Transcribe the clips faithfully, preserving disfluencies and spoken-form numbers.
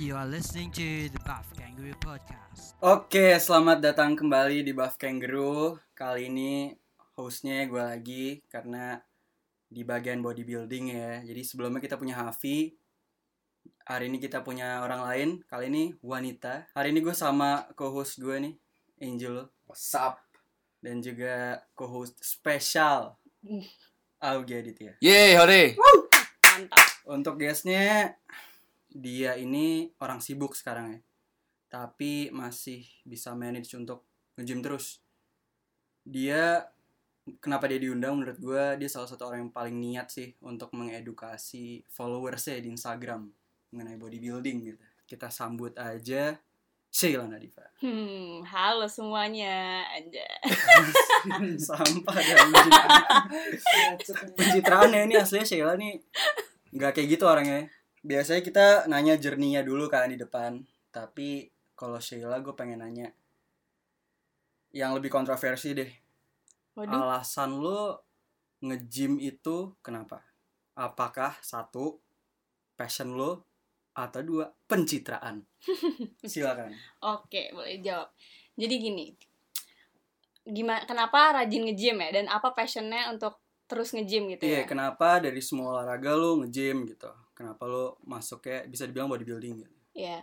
You are listening to the Buff Kangaroo Podcast. Oke, selamat datang kembali di Buff Kangaroo. Kali ini hostnya gue lagi karena di bagian bodybuilding ya. Jadi sebelumnya kita punya Hafi. Hari ini kita punya orang lain. Kali ini wanita. Hari ini gue sama co-host gue nih, Angel. What's up? Dan juga co-host spesial, Augie Aditya. Yeay, hore. Mantap. Untuk guestnya, dia ini orang sibuk sekarang ya, tapi masih bisa manage untuk nge-gym terus. Dia, kenapa dia diundang? Menurut gue dia salah satu orang yang paling niat sih untuk mengedukasi followersnya di Instagram mengenai bodybuilding gitu. Kita sambut aja Sheila Nadifa. Hmm, halo semuanya. Anja. Sampah dan pencitraan. Pencitraannya ini aslinya Sheila nih nggak kayak gitu orangnya. Biasanya kita nanya journey-nya dulu kan di depan. Tapi kalau Sheila gue pengen nanya yang lebih kontroversi deh. Waduh. Alasan lo nge-gym itu kenapa? Apakah satu, passion lo, atau dua, pencitraan? Silakan. Oke, boleh jawab. Jadi gini. Gimana kenapa rajin nge-gym ya dan apa passionnya untuk terus nge-gym gitu Iya, ya? kenapa dari semua olahraga lo nge-gym gitu? Kenapa lo masuknya bisa dibilang bodybuilding gitu? Ya.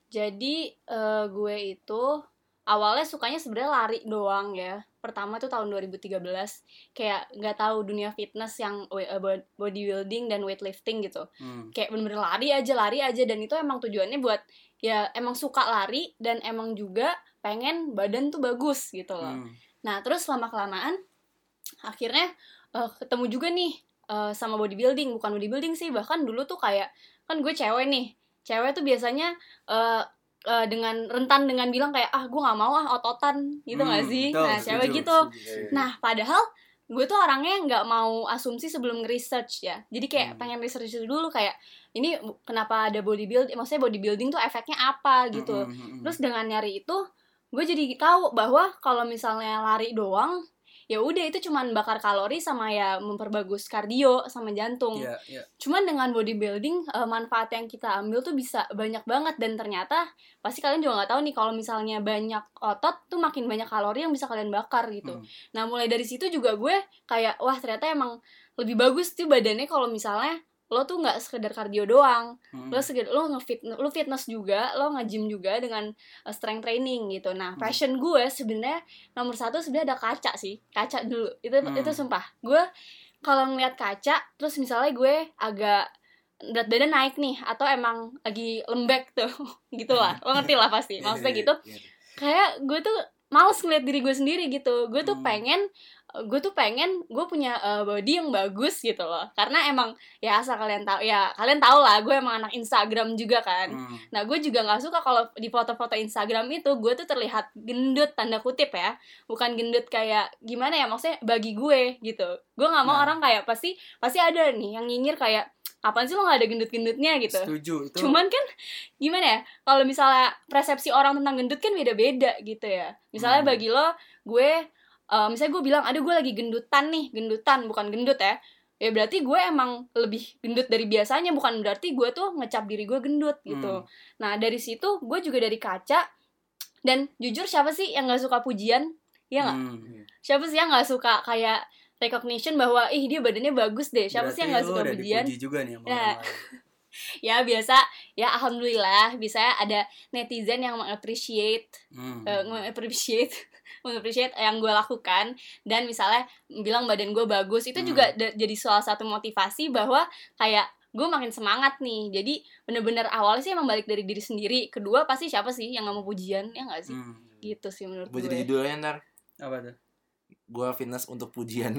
Jadi eh, gue itu awalnya sukanya sebenarnya lari doang ya. Pertama tuh tahun dua ribu tiga belas kayak nggak tahu dunia fitness yang we- eh, bod- bodybuilding dan weightlifting gitu. Hmm. Kayak bener-bener lari aja lari aja dan itu emang tujuannya buat ya emang suka lari dan emang juga pengen badan tuh bagus gitu loh. Hmm. Nah terus lama kelamaan akhirnya eh, ketemu juga nih eh, sama bodybuilding. Bukan bodybuilding sih, bahkan dulu tuh kayak kan gue cewek nih, cewek tuh biasanya eh, eh, dengan rentan dengan bilang kayak ah gue nggak mau ah ototan gitu nggak Hmm, sih. betul, Nah cewek setuju, gitu. setuju. Nah padahal gue tuh orangnya nggak mau asumsi sebelum nge-research ya. Jadi kayak Hmm. pengen research dulu kayak ini kenapa ada bodybuilding, maksudnya bodybuilding tuh efeknya apa gitu. Hmm, hmm, hmm. Terus dengan nyari itu gue jadi tahu bahwa kalau misalnya lari doang ya udah itu cuman bakar kalori sama ya memperbagus kardio sama jantung. Iya, iya. Cuman dengan bodybuilding eh, manfaat yang kita ambil tuh bisa banyak banget dan ternyata pasti kalian juga nggak tahu nih kalau misalnya banyak otot tuh makin banyak kalori yang bisa kalian bakar gitu. Hmm. Nah mulai dari situ juga gue kayak wah ternyata emang lebih bagus tuh badannya kalau misalnya lo tuh nggak sekedar kardio doang, Hmm. lo sekedar lo ngefit lo fitness juga, lo nge-gym juga dengan uh, strength training gitu. Nah Hmm. passion gue sebenarnya nomor satu sebenarnya ada kaca sih, kaca dulu itu Hmm. itu sumpah gue kalau ngeliat kaca terus misalnya gue agak berat badan naik nih atau emang lagi lembek tuh gitu lah, lo ngerti lah pasti maksudnya gitu. Kayak gue tuh males ngeliat diri gue sendiri gitu. Gue tuh Hmm. pengen gue tuh pengen gue punya uh, body yang bagus gitu loh. Karena emang ya asal kalian tahu ya kalian tahu lah gue emang anak Instagram juga kan. Hmm. Nah gue juga nggak suka kalau di foto-foto Instagram itu gue tuh terlihat gendut tanda kutip ya. Bukan gendut kayak gimana ya maksudnya bagi gue gitu. Gue nggak mau Nah. orang kayak pasti pasti ada nih yang nyinyir kayak apaan sih lo nggak ada gendut-gendutnya gitu. Setuju itu. Cuman kan gimana ya kalau misalnya persepsi orang tentang gendut kan beda-beda gitu ya. Misalnya Hmm. bagi lo gue uh, misalnya gue bilang aduh gue lagi gendutan nih, gendutan bukan gendut ya. Ya berarti gue emang lebih gendut dari biasanya, bukan berarti gue tuh ngecap diri gue gendut gitu. Hmm. Nah dari situ gue juga dari kaca. Dan jujur siapa sih yang nggak suka pujian? Iya nggak? Hmm. Siapa sih yang nggak suka kayak recognition bahwa ih dia badannya bagus deh. Siapa sih yang nggak Berarti suka lo udah pujian? dipuji juga nih sama Nah. orang lain. Ya biasa, ya alhamdulillah bisa ada netizen yang mengappreciate, Hmm. uh, mengappreciate, mengappreciate yang gue lakukan dan misalnya bilang badan gue bagus itu Hmm. juga da- jadi salah satu motivasi bahwa kayak gue makin semangat nih. Jadi bener-bener awalnya sih emang balik dari diri sendiri. Kedua pasti siapa sih yang nggak mau pujian ya nggak sih? Hmm. Gitu sih menurut Gue gue. jadi judulnya ntar. Apa tuh? Gue fitness untuk pujian.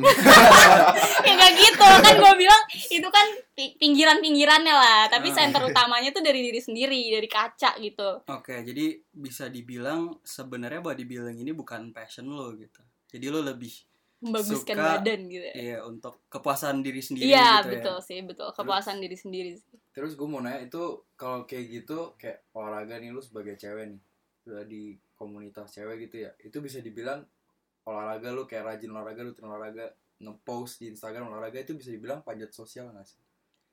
Ya nggak gitu kan gue bilang itu kan pi- pinggiran-pinggirannya lah. Tapi Ah. center utamanya tuh dari diri sendiri, dari kaca gitu. Oke, jadi bisa dibilang sebenarnya bodybuilding ini bukan passion lo gitu. Jadi lo lebih Membaguskan Suka, badan gitu ya. iya untuk kepuasan diri sendiri Iya gitu betul ya. sih, betul. Kepuasan diri sendiri sih. Terus gue mau nanya itu kalau kayak gitu kayak olahraga nih lu sebagai cewek nih udah di komunitas cewek gitu ya, itu bisa dibilang olahraga lu kayak rajin olahraga, lu olahraga ngepost di Instagram olahraga itu bisa dibilang panjat sosial nggak sih?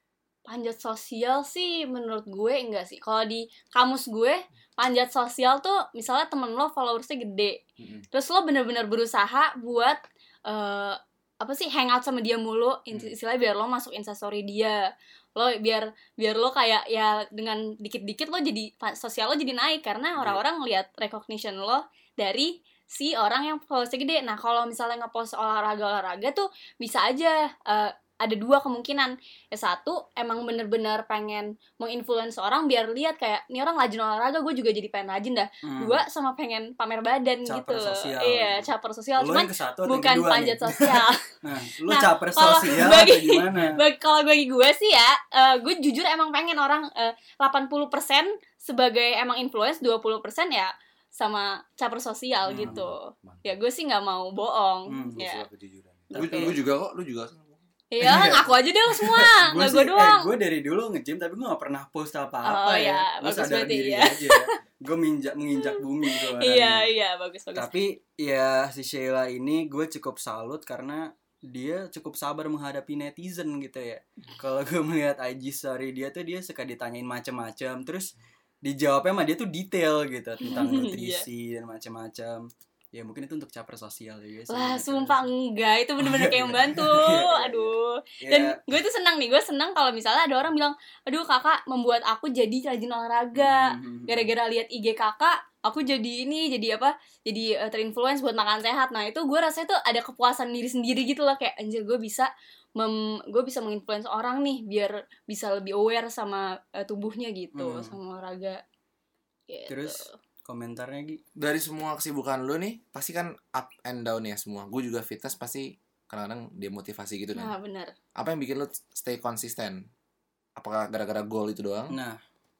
Panjat sosial sih menurut gue enggak sih. Kalau di kamus gue, panjat sosial tuh misalnya temen lo followersnya gede, Mm-mm. terus lo bener-bener berusaha buat uh, apa sih hangout sama dia mulu, istilahnya biar lo masuk instastory dia, lo biar biar lo kayak ya dengan dikit-dikit lo jadi sosial lo jadi naik karena orang-orang ngeliat recognition lo dari si orang yang followersnya gede. Nah kalau misalnya ngepost olahraga-olahraga tuh bisa aja uh, ada dua kemungkinan. Ya satu, emang bener-bener pengen menginfluence orang biar lihat kayak nih orang rajin olahraga, gue juga jadi pengen rajin dah. Hmm. Dua, sama pengen pamer badan Caper gitu. sosial. Iya, caper sosial. Lu Cuman yang kesatu atau yang bukan kedua panjat nih? sosial. Nah, lu Nah, caper kalau sosial bagi- atau gimana? Bagi, kalau bagi gue sih ya, uh, gue jujur emang pengen orang uh, delapan puluh persen sebagai emang influence, dua puluh persen ya sama caper sosial Hmm, gitu. mantap. Ya gue sih nggak mau bohong. Hmm, Gue Ya. suka kejujuran. Lu, Oke. lu juga kok, lu juga. Iya, ngaku aja deh lo semua, nggak gue doang. Eh, gue dari dulu nge-gym tapi gue gak pernah post apa-apa Oh, ya. ya, Gue bagus sadar berarti, diri ya. aja. Gue minjak menginjak bumi gue. Iya, iya, bagus bagus. Tapi ya si Sheila ini gue cukup salut karena dia cukup sabar menghadapi netizen gitu ya. Kalau gue melihat I G story dia tuh dia suka ditanyain macam-macam, terus dijawabnya sama dia tuh detail gitu tentang nutrisi dan macam-macam. Ya mungkin itu untuk caper sosial juga sih. Lah, sumpah enggak, itu bener-bener kayak membantu. Aduh. Ya, Dan gue tuh senang nih, gue senang kalau misalnya ada orang bilang, aduh kakak membuat aku jadi rajin olahraga. hmm, Gara-gara lihat I G kakak, aku jadi ini, jadi apa? Jadi uh, terinfluence buat makan sehat. Nah itu gue rasanya tuh ada kepuasan diri sendiri gitu loh, kayak anjir gue bisa mem, gue bisa menginfluence orang nih biar bisa lebih aware sama uh, tubuhnya gitu, Hmm. sama olahraga. Gitu. Terus komentarnya Gi. Dari semua kesibukan lu nih, pasti kan up and down ya semua. Gue juga fitness pasti kadang-kadang demotivasi gitu Nah kan. benar. Apa yang bikin lu stay konsisten? Apakah gara-gara goal itu doang? Nah,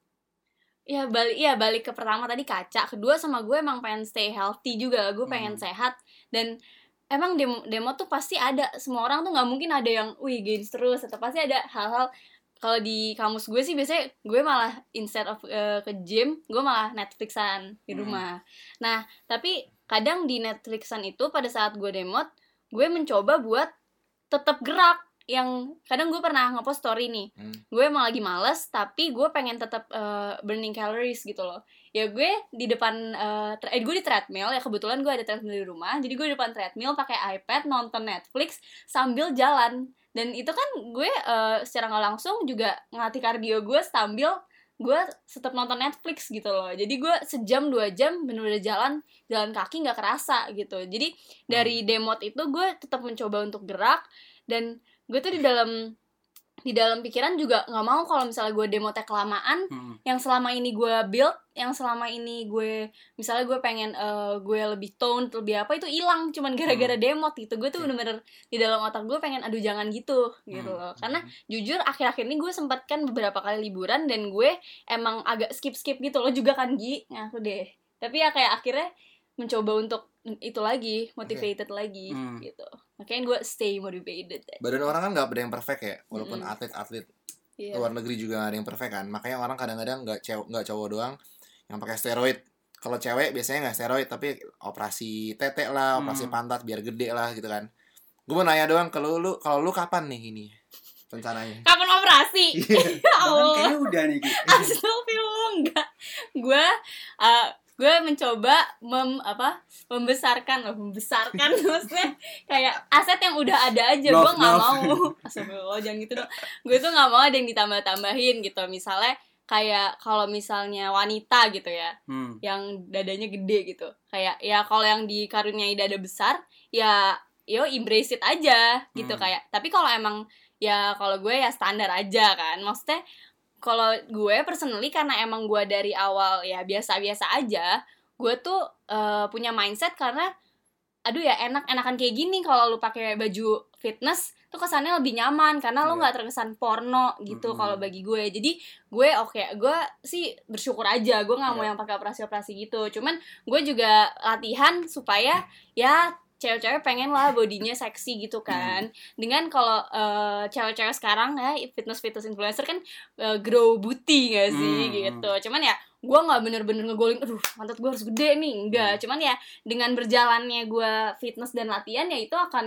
Ya balik ya balik ke pertama tadi kaca, kedua sama gue emang pengen stay healthy juga, gue pengen Hmm. sehat. Dan emang demo demo tuh pasti ada, semua orang tuh nggak mungkin ada yang wih gains terus, atau pasti ada hal-hal. Kalau di kamus gue sih biasanya gue malah instead of uh, ke gym, gue malah Netflixan di Hmm. rumah. Nah tapi kadang di Netflixan itu pada saat gue demot, gue mencoba buat tetap gerak. Yang kadang gue pernah ngepost story nih, Hmm. gue emang lagi males tapi gue pengen tetap uh, burning calories gitu loh. Ya gue di depan uh, tra- eh gue di treadmill, ya kebetulan gue ada treadmill di rumah, jadi gue di depan treadmill pakai iPad nonton Netflix sambil jalan. Dan itu kan gue uh, secara nggak langsung juga ngelatih kardio gue sambil gue tetap nonton Netflix gitu loh. Jadi gue sejam dua jam bener-bener jalan jalan kaki nggak kerasa gitu. Jadi dari demot itu gue tetap mencoba untuk gerak. Dan gue tuh di dalam di dalam pikiran juga nggak mau kalau misalnya gue demotnya kelamaan, hmm. yang selama ini gue build, yang selama ini gue misalnya gue pengen uh, gue lebih toned, lebih apa, itu hilang cuman gara-gara demot gitu. Gue tuh Oke. bener-bener di dalam otak gue pengen aduh jangan gitu gitu Hmm. loh. Karena jujur akhir-akhir ini gue sempat kan beberapa kali liburan dan gue emang agak skip-skip gitu. Lo juga kan Gi, ngaku deh. Tapi ya kayak akhirnya mencoba untuk itu lagi, motivated lagi Hmm. gitu. Makanya gue stay motivated. Badan orang kan nggak ada yang perfect ya, walaupun Mm-mm. atlet-atlet Iya. luar negeri juga nggak ada yang perfect kan. Makanya orang kadang-kadang nggak cewek nggak cowok doang yang pakai steroid. Kalau cewek biasanya nggak steroid tapi operasi tete lah, operasi Hmm. pantat biar gede lah gitu kan. Gue mau nanya doang, kalau lu kalau lu kapan nih ini rencananya? Kapan operasi? Ya Bahkan Allah. kayaknya udah nih Gi. Astagfirullah, enggak. Gue uh, gue mencoba mem apa membesarkan loh membesarkan maksudnya kayak aset yang udah ada aja. Gue Love, nggak love. mau. Astagfirullah, jangan gitu dong. Gue tuh nggak mau ada yang ditambah-tambahin gitu. Misalnya kayak kalau misalnya wanita gitu ya, Hmm. yang dadanya gede gitu, kayak ya kalau yang dikaruniai dada besar ya yo embrace it aja gitu. Hmm. Kayak tapi kalau emang ya kalau gue ya standar aja kan, maksudnya kalau gue personally karena emang gue dari awal ya biasa-biasa aja, gue tuh uh, punya mindset karena aduh ya enak-enakan kayak gini kalau lu pakai baju fitness tuh kesannya lebih nyaman karena lu Iya. nggak terkesan porno gitu. Mm-mm. Kalau bagi gue, jadi gue oke, gue sih bersyukur aja, gue nggak mau Iya. yang pakai operasi-operasi gitu. Cuman gue juga latihan supaya ya cewek-cewek pengen lah bodinya seksi gitu kan. Dengan kalau uh, cewek-cewek sekarang ya fitness-fitness influencer kan uh, grow booty gak sih Hmm. gitu. Cuman ya gue nggak bener-bener ngegolin aduh pantat gue harus gede nih, enggak. Cuman ya dengan berjalannya gue fitness dan latihan ya itu akan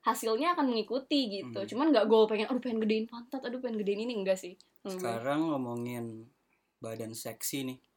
hasilnya akan mengikuti gitu. Hmm. Cuman nggak goal pengen aduh pengen gedein pantat, aduh pengen gedein ini, enggak sih. menurut gue. Sekarang ngomongin badan seksi nih,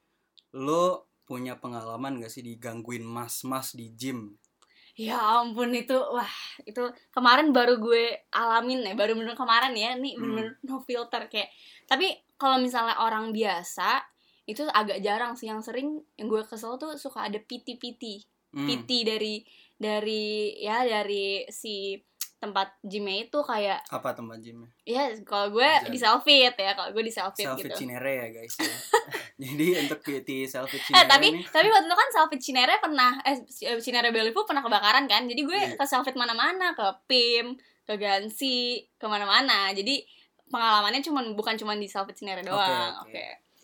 lo punya pengalaman gak sih digangguin mas-mas di gym? Ya ampun itu, wah itu kemarin baru gue alamin ya, baru bener kemarin ya, nih bener no filter kayak. Tapi kalau misalnya orang biasa itu agak jarang sih, yang sering yang gue kesel tuh suka ada P T-P T, Hmm. P T dari dari ya dari si tempat gymnya itu kayak Apa tempat gymnya? ya kalau gue Jangan. di Selfit ya, kalau gue di Selfit Selfie gitu. Cinere ya guys ya. Jadi untuk P T Selfie Eh Cinere tapi nih, tapi waktu itu kan Selfit Cinere pernah eh Cinere Bellevue pernah kebakaran kan. Jadi gue Iya. ke Selfit mana-mana, ke P I M, ke Gansi, kemana-mana. Jadi pengalamannya cuman bukan cuma di Selfit Cinere doang. oke. Oke.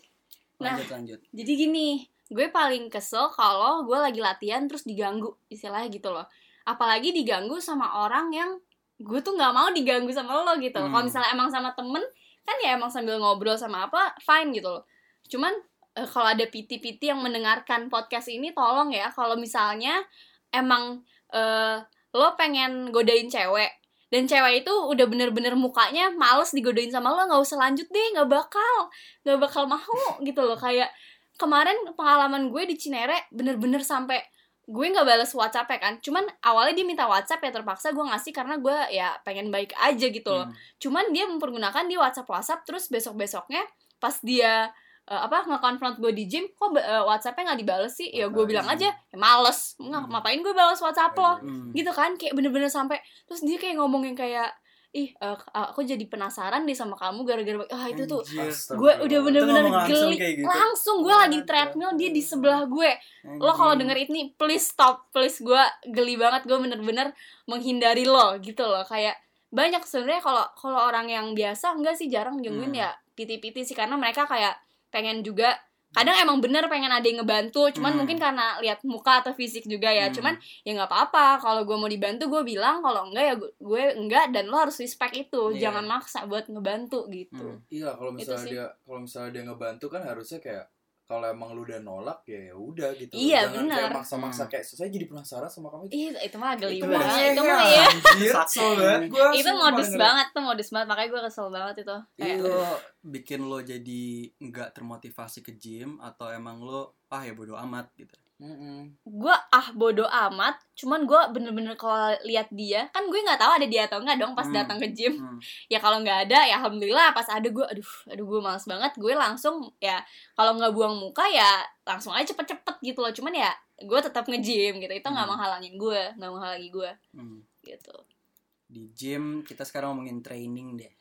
Nah, lanjut lanjut. jadi gini, gue paling kesel kalau gue lagi latihan terus diganggu, istilahnya gitu loh. Apalagi diganggu sama orang yang gue tuh nggak mau diganggu sama lo gitu. Hmm. Kalau misalnya emang sama temen, kan ya emang sambil ngobrol sama apa, fine gitu loh. Cuman eh, kalau ada P T-P T yang mendengarkan podcast ini, tolong ya, kalau misalnya emang eh, lo pengen godain cewek, dan cewek itu udah bener-bener mukanya males digodain sama lo, nggak usah lanjut deh, nggak bakal, nggak bakal mau gitu loh. Kayak kemarin pengalaman gue di Cinere bener-bener sampai gue nggak balas WhatsApp ya kan, cuman awalnya dia minta WhatsApp ya, terpaksa gue ngasih karena gue ya pengen baik aja gitu loh. Hmm. Cuman dia mempergunakan di WhatsApp WhatsApp terus besok-besoknya pas dia uh, apa nge-confront gue di gym, kok uh, WhatsAppnya nggak dibales sih? Ya gue Makanya. bilang aja, ya males, nggak Hmm. ngapain gue balas WhatsApp lo, Hmm. gitu kan? Kayak bener-bener sampai terus dia kayak ngomongin kayak ih uh, aku jadi penasaran deh sama kamu gara-gara ah itu tuh Anjir. gue udah bener-bener Itu ngomong langsung geli kayak gitu? langsung gue lagi di treadmill, dia di sebelah gue. Lo kalau Anjing. denger ini please stop, please, gue geli banget, gue bener-bener menghindari lo gitu loh. Kayak banyak sebenarnya kalau kalau orang yang biasa enggak sih, jarang gangguin Hmm. ya P T-P T sih, karena mereka kayak pengen juga, kadang emang bener pengen ada yang ngebantu, cuman Hmm. mungkin karena lihat muka atau fisik juga ya. Hmm. Cuman ya nggak apa-apa, kalau gue mau dibantu gue bilang, kalau enggak ya gue, gue enggak, dan lo harus respect itu. Iya. Jangan maksa buat ngebantu gitu. Hmm. Iya, kalau misalnya sih. dia kalau misalnya dia ngebantu kan harusnya kayak kalau emang lu udah nolak ya udah gitu. Iya, Jangan benar. kayak maksa-maksa Hmm. kayak saya jadi penasaran sama kamu. Ih, itu mah geli Itu banget. udah- Itu mah ya. Anjir, Sakit. kesel banget gua. Itu sumpah modus dengerin. banget tuh, modus banget, makanya gue kesel banget itu. Kayak, Itu bikin lo jadi nggak termotivasi ke gym atau emang lo ah ya bodo amat gitu? Mm-mm. gue ah bodo amat, cuman gue bener-bener kalau lihat dia, kan gue nggak tahu ada dia atau enggak dong pas Hmm. datang ke gym. Hmm. Ya kalau nggak ada ya alhamdulillah, pas ada gue aduh aduh gue males banget, gue langsung ya kalau nggak buang muka ya langsung aja cepet-cepet gitu loh. Cuman ya gue tetap nge-gym gitu, itu nggak Hmm. menghalangin gue, nggak menghalangi gue Hmm. gitu. Di gym kita sekarang ngomongin training deh.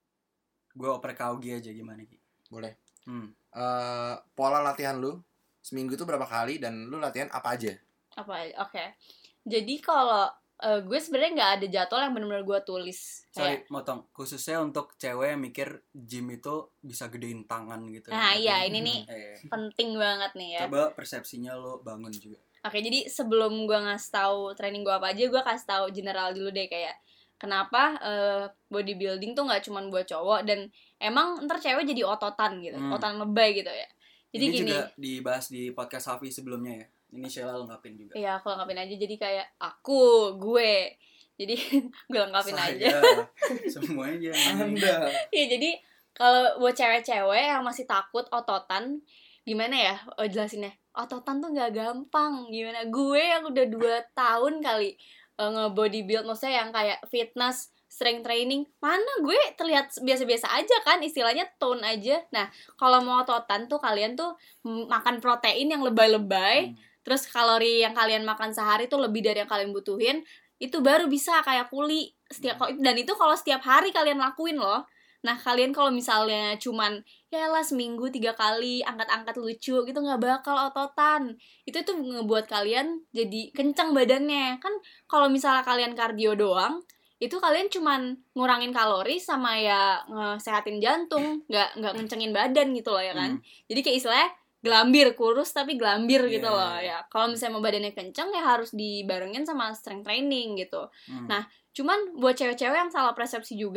Gue oper Kaugi aja, gimana Ki? Boleh. Hmm. Eh, pola latihan lu seminggu itu berapa kali dan lu latihan apa aja? Apa oke, jadi kalau eh, gue sebenarnya nggak ada jadwal yang benar-benar gue tulis. Sorry, motong. Khususnya untuk cewek yang mikir gym itu bisa gedein tangan gitu. Nah, Tapi- iya, ini nih. Eh, Penting banget nih ya. coba persepsinya lo bangun juga. Oke, jadi sebelum gue ngasih tahu training gue apa aja, gue kasih tahu general dulu deh, kayak kenapa eh, bodybuilding tuh nggak cuman buat cowok, dan emang ntar cewek jadi ototan gitu, Hmm. ototan lebay gitu ya. Jadi Ini gini, juga dibahas di podcast Safi sebelumnya ya. Ini Sheila lengkapin juga. ya aku lengkapin aja, jadi kayak aku, gue, jadi gue lengkapin aja. Saya, semuanya. Anda. Ya jadi kalau buat cewek-cewek yang masih takut ototan, gimana ya oh, jelasinnya? Ototan tuh nggak gampang. Gimana? Gue yang udah dua tahun kali uh, nge-bodybuild, maksudnya yang kayak fitness, strength training, mana gue terlihat biasa-biasa aja kan, istilahnya tone aja. Nah, kalau mau ototan tuh kalian tuh mm, makan protein yang lebay-lebay, Hmm. terus kalori yang kalian makan sehari tuh lebih dari yang kalian butuhin, itu baru bisa kayak kuli setiap, dan itu kalau setiap hari kalian lakuin loh. Nah, kalian kalau misalnya cuman ya lah seminggu tiga kali angkat-angkat lucu gitu, nggak bakal ototan. Itu tuh ngebuat kalian jadi kencang badannya. Kan kalau misalnya kalian kardio doang, itu kalian cuman ngurangin kalori sama ya ngesehatin jantung, nggak nggak ngencengin badan gitu loh ya kan. Hmm. Jadi kayak istilahnya gelambir, kurus tapi gelambir Iya, gitu loh iya. ya. Kalau misalnya mau badannya kenceng ya harus dibarengin sama strength training gitu. Hmm. Nah, cuman buat cewek-cewek yang salah persepsi juga,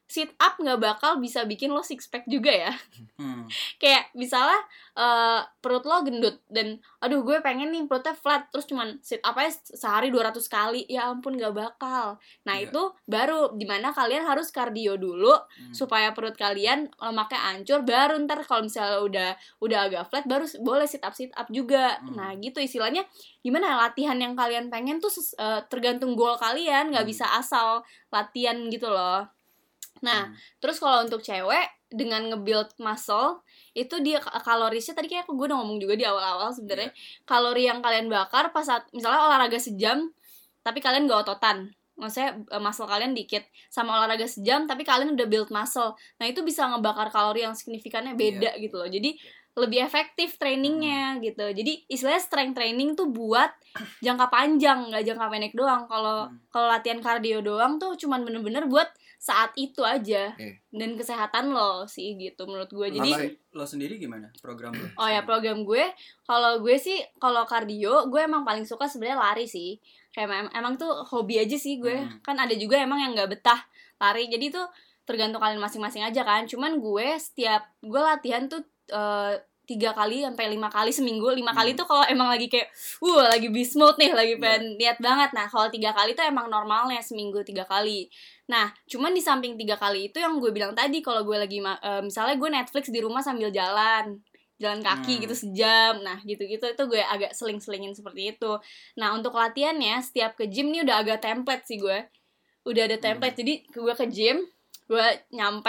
sit up nggak bakal bisa bikin lo six pack juga ya. Hmm. Kayak misalnya uh, perut lo gendut dan aduh gue pengen nih perutnya flat, terus cuman sit up aja sehari dua ratus kali, ya ampun nggak bakal. Nah Iya. itu baru dimana kalian harus kardio dulu Hmm. supaya perut kalian lemaknya hancur, baru ntar kalau misalnya udah udah agak flat baru boleh sit up sit up juga. Hmm. Nah gitu istilahnya gimana, latihan yang kalian pengen tuh ses- uh, tergantung goal kalian, nggak Hmm. bisa asal latihan gitu loh. Nah, Hmm. terus kalau untuk cewek dengan nge-build muscle itu dia k- kalorisnya tadi kayak gue udah ngomong juga di awal-awal sebenarnya. Kalori yang kalian bakar pas saat misalnya olahraga sejam tapi kalian gak ototan. Maksudnya eh, muscle kalian dikit, sama olahraga sejam tapi kalian udah build muscle. Nah, itu bisa ngebakar kalori yang signifikannya beda gitu loh. Jadi lebih efektif trainingnya gitu. Jadi istilahnya strength training tuh buat jangka panjang, nggak jangka pendek doang. Kalau Hmm. kalau latihan kardio doang tuh cuman bener-bener buat saat itu aja Eh. dan kesehatan lo sih gitu menurut gue. Jadi Jadi lo sendiri gimana program lo? oh ya program gue, kalau gue sih kalau kardio gue emang paling suka sebenarnya lari sih. Kayak em- emang tuh hobi aja sih gue. Hmm. Kan ada juga emang yang nggak betah lari. Jadi tuh tergantung kalian masing-masing aja kan. Cuman gue setiap gue latihan tuh eh, tiga kali sampai lima kali seminggu. Lima kali Hmm. tuh kalau emang lagi kayak uh lagi beast mode nih, lagi Iya. pengen lihat banget. Nah kalau tiga kali tuh emang normalnya seminggu tiga kali. Nah cuman di samping tiga kali itu yang gue bilang tadi, kalau gue lagi ma- eh, misalnya gue Netflix di rumah sambil jalan jalan kaki Hmm. gitu sejam, nah gitu-gitu itu gue agak seling-selingin seperti itu. Nah untuk latihannya setiap ke gym nih udah agak template sih gue, udah ada template. Jadi gue ke gym, gue nyampe,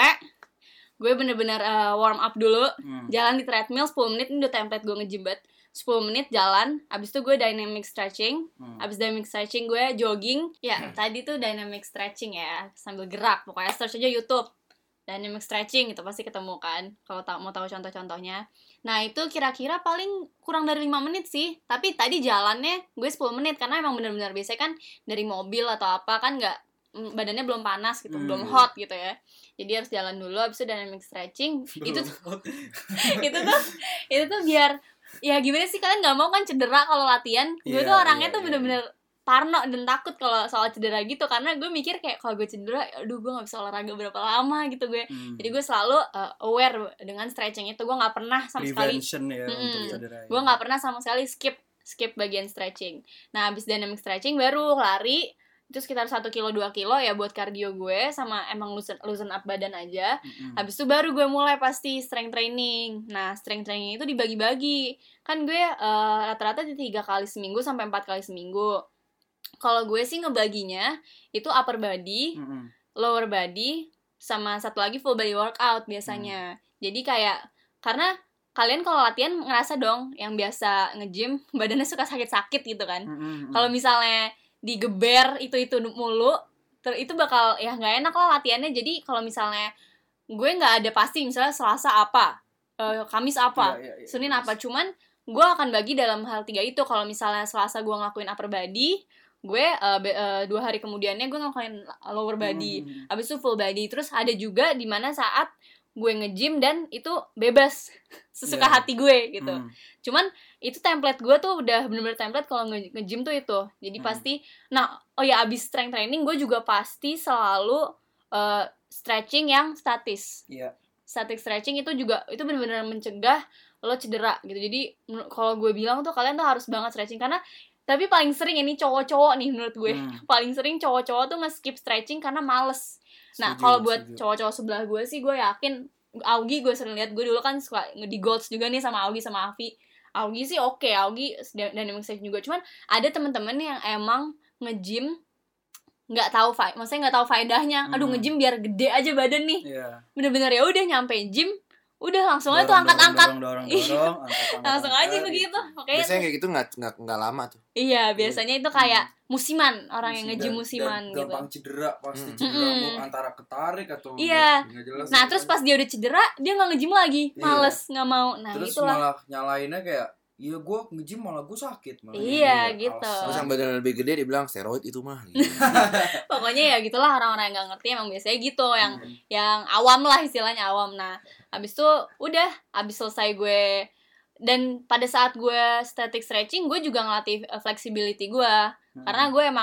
gue bener-bener uh, warm up dulu, Hmm. jalan di treadmill sepuluh menit, ini udah template gue nge-gym banget. sepuluh menit jalan, abis itu gue dynamic stretching, Hmm. abis dynamic stretching gue jogging. Ya tadi tuh dynamic stretching ya, sambil gerak, pokoknya search aja YouTube dynamic stretching itu pasti ketemu kan kalau ta- mau tahu contoh-contohnya. Nah itu kira-kira paling kurang dari lima menit sih, tapi tadi jalannya gue sepuluh menit karena emang benar-benar biasanya kan dari mobil atau apa kan nggak, mm, badannya belum panas gitu, Hmm. belum hot gitu ya, jadi harus jalan dulu. Abis itu dynamic stretching itu tuh itu tuh itu tuh biar ya gimana sih, kalian nggak mau kan cedera kalau latihan. Gue Iya, tuh orangnya iya, tuh iya, bener-bener parno dan takut kalau soal cedera gitu, karena gue mikir kayak kalau gue cedera aduh gue nggak bisa olahraga berapa lama gitu gue. Hmm. Jadi gue selalu uh, aware dengan stretching itu. Gue nggak pernah sama sekali Prevention ya Mm-mm. untuk cedera. gue nggak pernah sama sekali skip skip bagian stretching. Nah habis dynamic stretching baru lari, itu sekitar satu kilo dua kilo ya buat cardio gue, sama emang loosen, loosen up badan aja. Mm-mm. Habis itu baru gue mulai pasti strength training. Nah strength training itu dibagi-bagi. Kan gue uh, rata-rata di tiga kali seminggu sampai empat kali seminggu. Kalau gue sih ngebaginya itu upper body, Mm-mm. lower body, sama satu lagi full body workout biasanya. Jadi kayak karena kalian kalau latihan ngerasa dong yang biasa nge-gym badannya suka sakit-sakit gitu kan. Mm-mm. Kalau misalnya digeber itu-itu mulu, ter- itu bakal ya nggak enak lah latihannya. Jadi kalau misalnya gue nggak ada pasti misalnya Selasa apa, eh, Kamis apa, Iya, iya, iya. Senin apa, cuman gue akan bagi dalam hal tiga itu. Kalau misalnya Selasa gue ngelakuin upper body, gue uh, be- uh, dua hari kemudiannya gue ngelakuin lower body, Mm-mm. abis itu full body. Terus ada juga di mana saat gue nge-gym dan itu bebas sesuka Yeah. hati gue gitu. Mm. Cuman itu template gue tuh udah bener-bener template kalau nge- nge-gym tuh itu. Jadi Hmm. pasti, nah oh ya abis strength training gue juga pasti selalu uh, stretching yang statis. Iya. Static stretching itu juga itu benar-benar mencegah lo cedera gitu. Jadi menur- kalau gue bilang tuh kalian tuh harus banget stretching, karena tapi paling sering ini cowok-cowok nih menurut gue. Hmm. Paling sering cowok-cowok tuh nge-skip stretching karena males. Nah, Setuju, kalau buat setuju. cowok-cowok sebelah gue sih gue yakin, Augie gue sering lihat, gue dulu kan suka di Golds juga nih sama Augie sama Avi. Augie sih oke, Augie dynamic stretching juga. Cuman ada temen-temen yang emang nge-gym nggak tahu fa- maksudnya nggak tahu faedahnya. Aduh Hmm. nge-gym biar gede aja badan nih. Iya. Bener-bener ya udah nyampe gym, udah langsung aja tuh Dorong, angkat-angkat. dorong, dorong, Iya. dorong, angkat, angkat, Langsung aja angkat, begitu. gitu. Makanya Biasanya kayak gitu nggak nggak nggak lama tuh. iya, biasanya itu kayak musiman, orang yang Musiman. nge-gym Dan- musiman dan gitu. gampang cedera, pasti Hmm. cedera Mm-mm. mau antara ketarik atau Iya. nggak- nggak jelas. Nah, terus pas dia udah cedera, dia nggak nge-gym lagi, Iya. males, nggak mau. Nah, terus itulah. malah nyalainnya kayak iya gue nge-gym malah gue sakit malah. Iya, gitu. alasan. Terus yang badan lebih gede dia bilang steroid itu mah. Gitu. Pokoknya ya gitulah orang-orang yang nggak ngerti emang biasanya gitu, yang Hmm. yang awam lah istilahnya awam. Nah, habis itu udah, habis selesai gue, dan pada saat gue static stretching, gue juga ngelatih uh, flexibility gue, Hmm. karena gue emang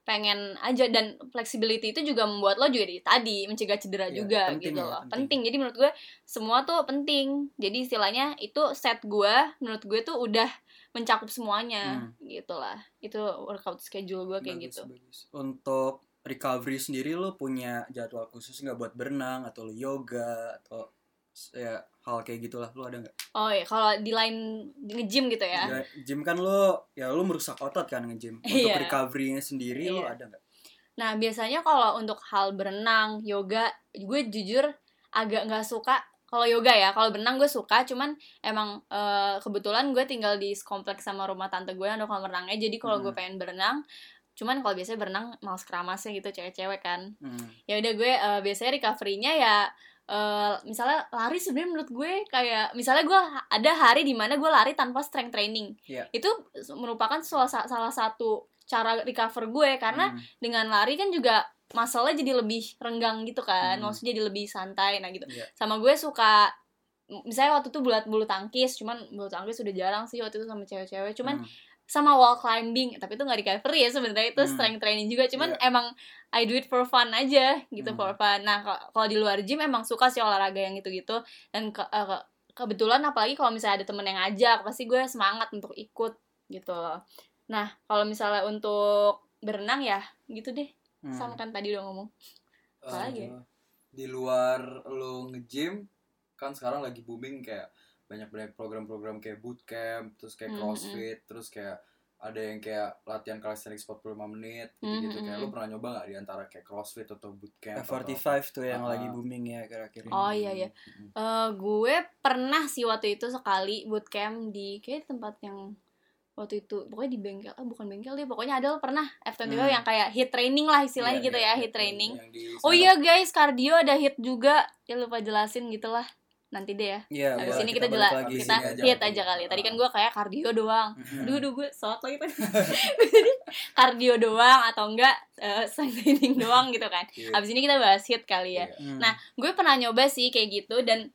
pengen aja, dan flexibility itu juga membuat lo juga di, tadi mencegah cedera Iya, juga penting gitu ya, loh. penting. Penting. Jadi menurut gue semua tuh penting. Jadi istilahnya itu set gue, menurut gue tuh udah mencakup semuanya Hmm. gitulah. Itu workout schedule gue kayak Bagus, gitu. bagus. Untuk recovery sendiri lo punya jadwal khusus nggak buat berenang atau lo yoga atau ya hal kayak gitulah, lo ada nggak? Oh iya, kalau di line nge-gym gitu ya. Ya, gym kan lo ya lo merusak otot kan nge-gym. Untuk Iya. recovery-nya sendiri lo Iya. ada nggak? Nah, biasanya kalau untuk hal berenang, yoga, gue jujur agak nggak suka. Kalau yoga ya, kalau berenang gue suka, cuman emang eh, kebetulan gue tinggal di kompleks sama rumah tante gue yang ada kolam renangnya. Jadi kalau gue Hmm. pengen berenang, cuman kalau biasanya berenang males keramasnya gitu, cewek-cewek kan. Hmm. Ya udah gue eh, biasanya recovery-nya ya eh, misalnya lari. Sebenarnya menurut gue kayak misalnya gue ha- ada hari di mana gue lari tanpa strength training. Iya. Itu merupakan salah, salah satu cara recover gue, karena Hmm. dengan lari kan juga muscle-nya jadi lebih renggang gitu kan, Hmm. maksudnya jadi lebih santai. Nah gitu. Iya. Sama gue suka, misalnya waktu itu bulat bulu tangkis, cuman bulu tangkis udah jarang sih waktu itu sama cewek-cewek, cuman Hmm. sama wall climbing, tapi itu nggak recovery ya sebenarnya, itu Hmm. strength training juga, cuman Iya. emang I do it for fun aja gitu, Hmm. for fun. Nah ka- kalau di luar gym emang suka sih olahraga yang gitu-gitu, dan ke- eh, ke- kebetulan apalagi kalau misalnya ada temen yang ngajak, pasti gue semangat untuk ikut gitu loh. Nah kalau misalnya untuk berenang ya gitu deh, Hmm. sama kan tadi udah ngomong. Apa Eh, lagi ya? Di luar lo nge-gym kan sekarang lagi booming kayak banyak-banyak program-program kayak bootcamp, terus kayak Hmm, crossfit, terus kayak ada yang kayak latihan calisthenics empat puluh lima menit gitu-gitu. Hmm, Kayak hmm. lo pernah nyoba nggak di antara kayak crossfit atau bootcamp? F forty-five tuh yang Ah. lagi booming ya kira-kira ini. Oh iya ya. Eh, gue pernah sih waktu itu sekali bootcamp di kayak tempat yang waktu itu pokoknya di bengkel, ah bukan bengkel deh, pokoknya ada pernah F dua puluh Hmm. yang kayak hit training lah istilahnya Iya, gitu iya, ya, iya, hit training. yang di Oh sana. iya guys, cardio ada hit juga, ya lupa jelasin gitulah, nanti deh ya. Iya, Habis boleh, ini kita balik jelas, lagi kita sini aja. hit aja kali. Tadi kan gue kayak cardio doang. Mhm. Duh, duh gue soat lagi tadi. Cardio doang atau enggak eh, strength training doang gitu kan. Iya. Habis ini kita bahas hit kali ya. Iya. Hmm. Nah, gue pernah nyoba sih kayak gitu, dan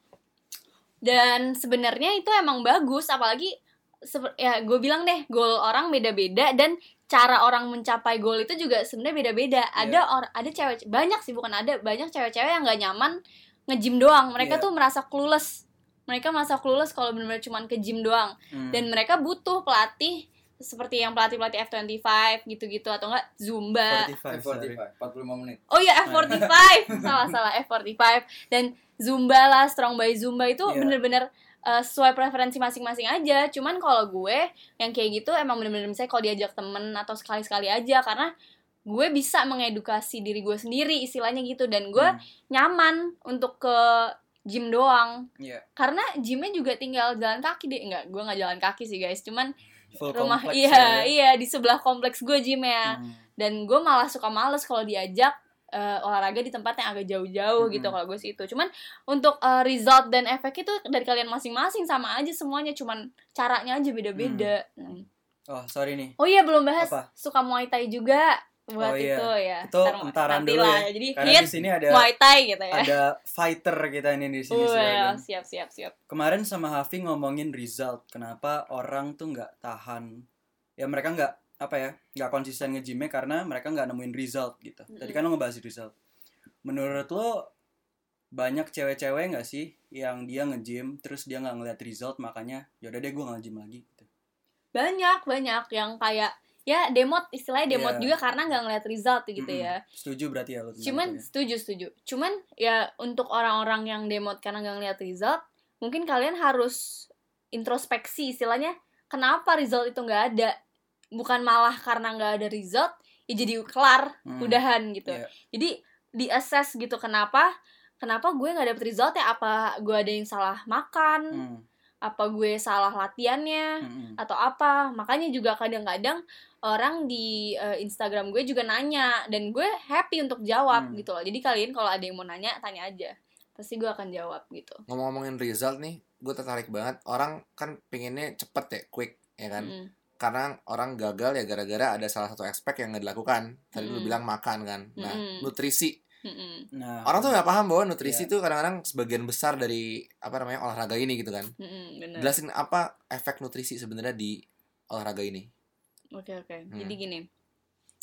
dan sebenarnya itu emang bagus, apalagi sep- ya gue bilang deh, goal orang beda-beda, dan cara orang mencapai goal itu juga sebenarnya beda-beda. Ada orang, ada cewek, banyak sih, bukan ada, banyak cewek-cewek yang nggak nyaman nge-gym doang. Mereka Iya. tuh merasa clueless. Mereka merasa clueless kalau benar-benar cuman ke gym doang. Hmm. Dan mereka butuh pelatih seperti yang pelatih-pelatih F dua puluh lima gitu-gitu, atau enggak Zumba. forty-five, F sorry. forty-five, empat puluh lima menit. Oh iya, F forty five. Salah-salah, F forty five. Dan Zumba lah, Strong by Zumba itu Iya. bener-bener uh, sesuai preferensi masing-masing aja. Cuman kalau gue yang kayak gitu emang bener-bener misalnya kalau diajak temen atau sekali-sekali aja, karena gue bisa mengedukasi diri gue sendiri istilahnya gitu, dan gue Hmm. nyaman untuk ke gym doang. Iya. Karena gymnya juga tinggal jalan kaki deh. Enggak, gue nggak jalan kaki sih guys, cuman Full rumah kompleks iya ya. iya di sebelah kompleks gue gymnya. Hmm. Dan gue malah suka males kalau diajak eh, olahraga di tempat yang agak jauh-jauh Mm-mm. gitu, kalau gue sih itu. Cuman untuk eh, result dan efek itu dari kalian masing-masing, sama aja semuanya, cuman caranya aja beda-beda. Hmm. Oh, sorry nih. Oh iya, belum bahas Apa? suka Muay Thai juga Oh buat iya. itu ya. Itu Ntar- entaran nanti dulu lah. ya. Jadi Karena hit di sini ada Muay Thai gitu ya. ada fighter kita ini di sini Well, sebagian. siap siap siap. Kemarin sama Hafi ngomongin result. Kenapa orang tuh nggak tahan? Ya mereka nggak apa ya, nggak konsisten nge-gymnya karena mereka nggak nemuin result gitu. Tadi kan lo ngebahas result. Menurut lo banyak cewek-cewek nggak sih yang dia nge-gym terus dia nggak ngeliat result, makanya yaudah deh gue nggak nge-gym lagi gitu. Banyak banyak yang kayak ya demot, istilahnya demot Iya. juga karena nggak ngeliat result gitu Mm-mm. ya. Setuju berarti ya lo tentang Cuman itu ya? setuju setuju. Cuman ya untuk orang-orang yang demot karena nggak ngeliat result, mungkin kalian harus introspeksi istilahnya. Kenapa result itu nggak ada? Bukan malah karena nggak ada result, ya jadi kelar, Hmm. udahan gitu. Iya. Jadi di assess gitu, kenapa? Kenapa gue nggak dapet result ya? Apa gue ada yang salah makan? Hmm. Apa gue salah latihannya? Mm-mm. Atau apa? Makanya juga kadang-kadang orang di uh, Instagram gue juga nanya, dan gue happy untuk jawab Hmm. gitu loh. Jadi kalian kalau ada yang mau nanya, tanya aja, pasti gue akan jawab gitu. Ngomong-ngomongin result nih, gue tertarik banget. Orang kan pinginnya cepet ya, quick, ya kan? Mm-mm. Karena orang gagal ya gara-gara ada salah satu aspek yang nggak dilakukan. Tadi lu Mm-mm. bilang makan kan. Nah, Mm-mm. nutrisi. Mm-mm. Nah, Orang tuh nggak paham bahwa nutrisi Iya. tuh kadang-kadang sebagian besar dari apa namanya olahraga ini gitu kan. Mm-mm, bener. Jelasin apa efek nutrisi sebenarnya di olahraga ini. Oke oke. Hmm. Jadi gini,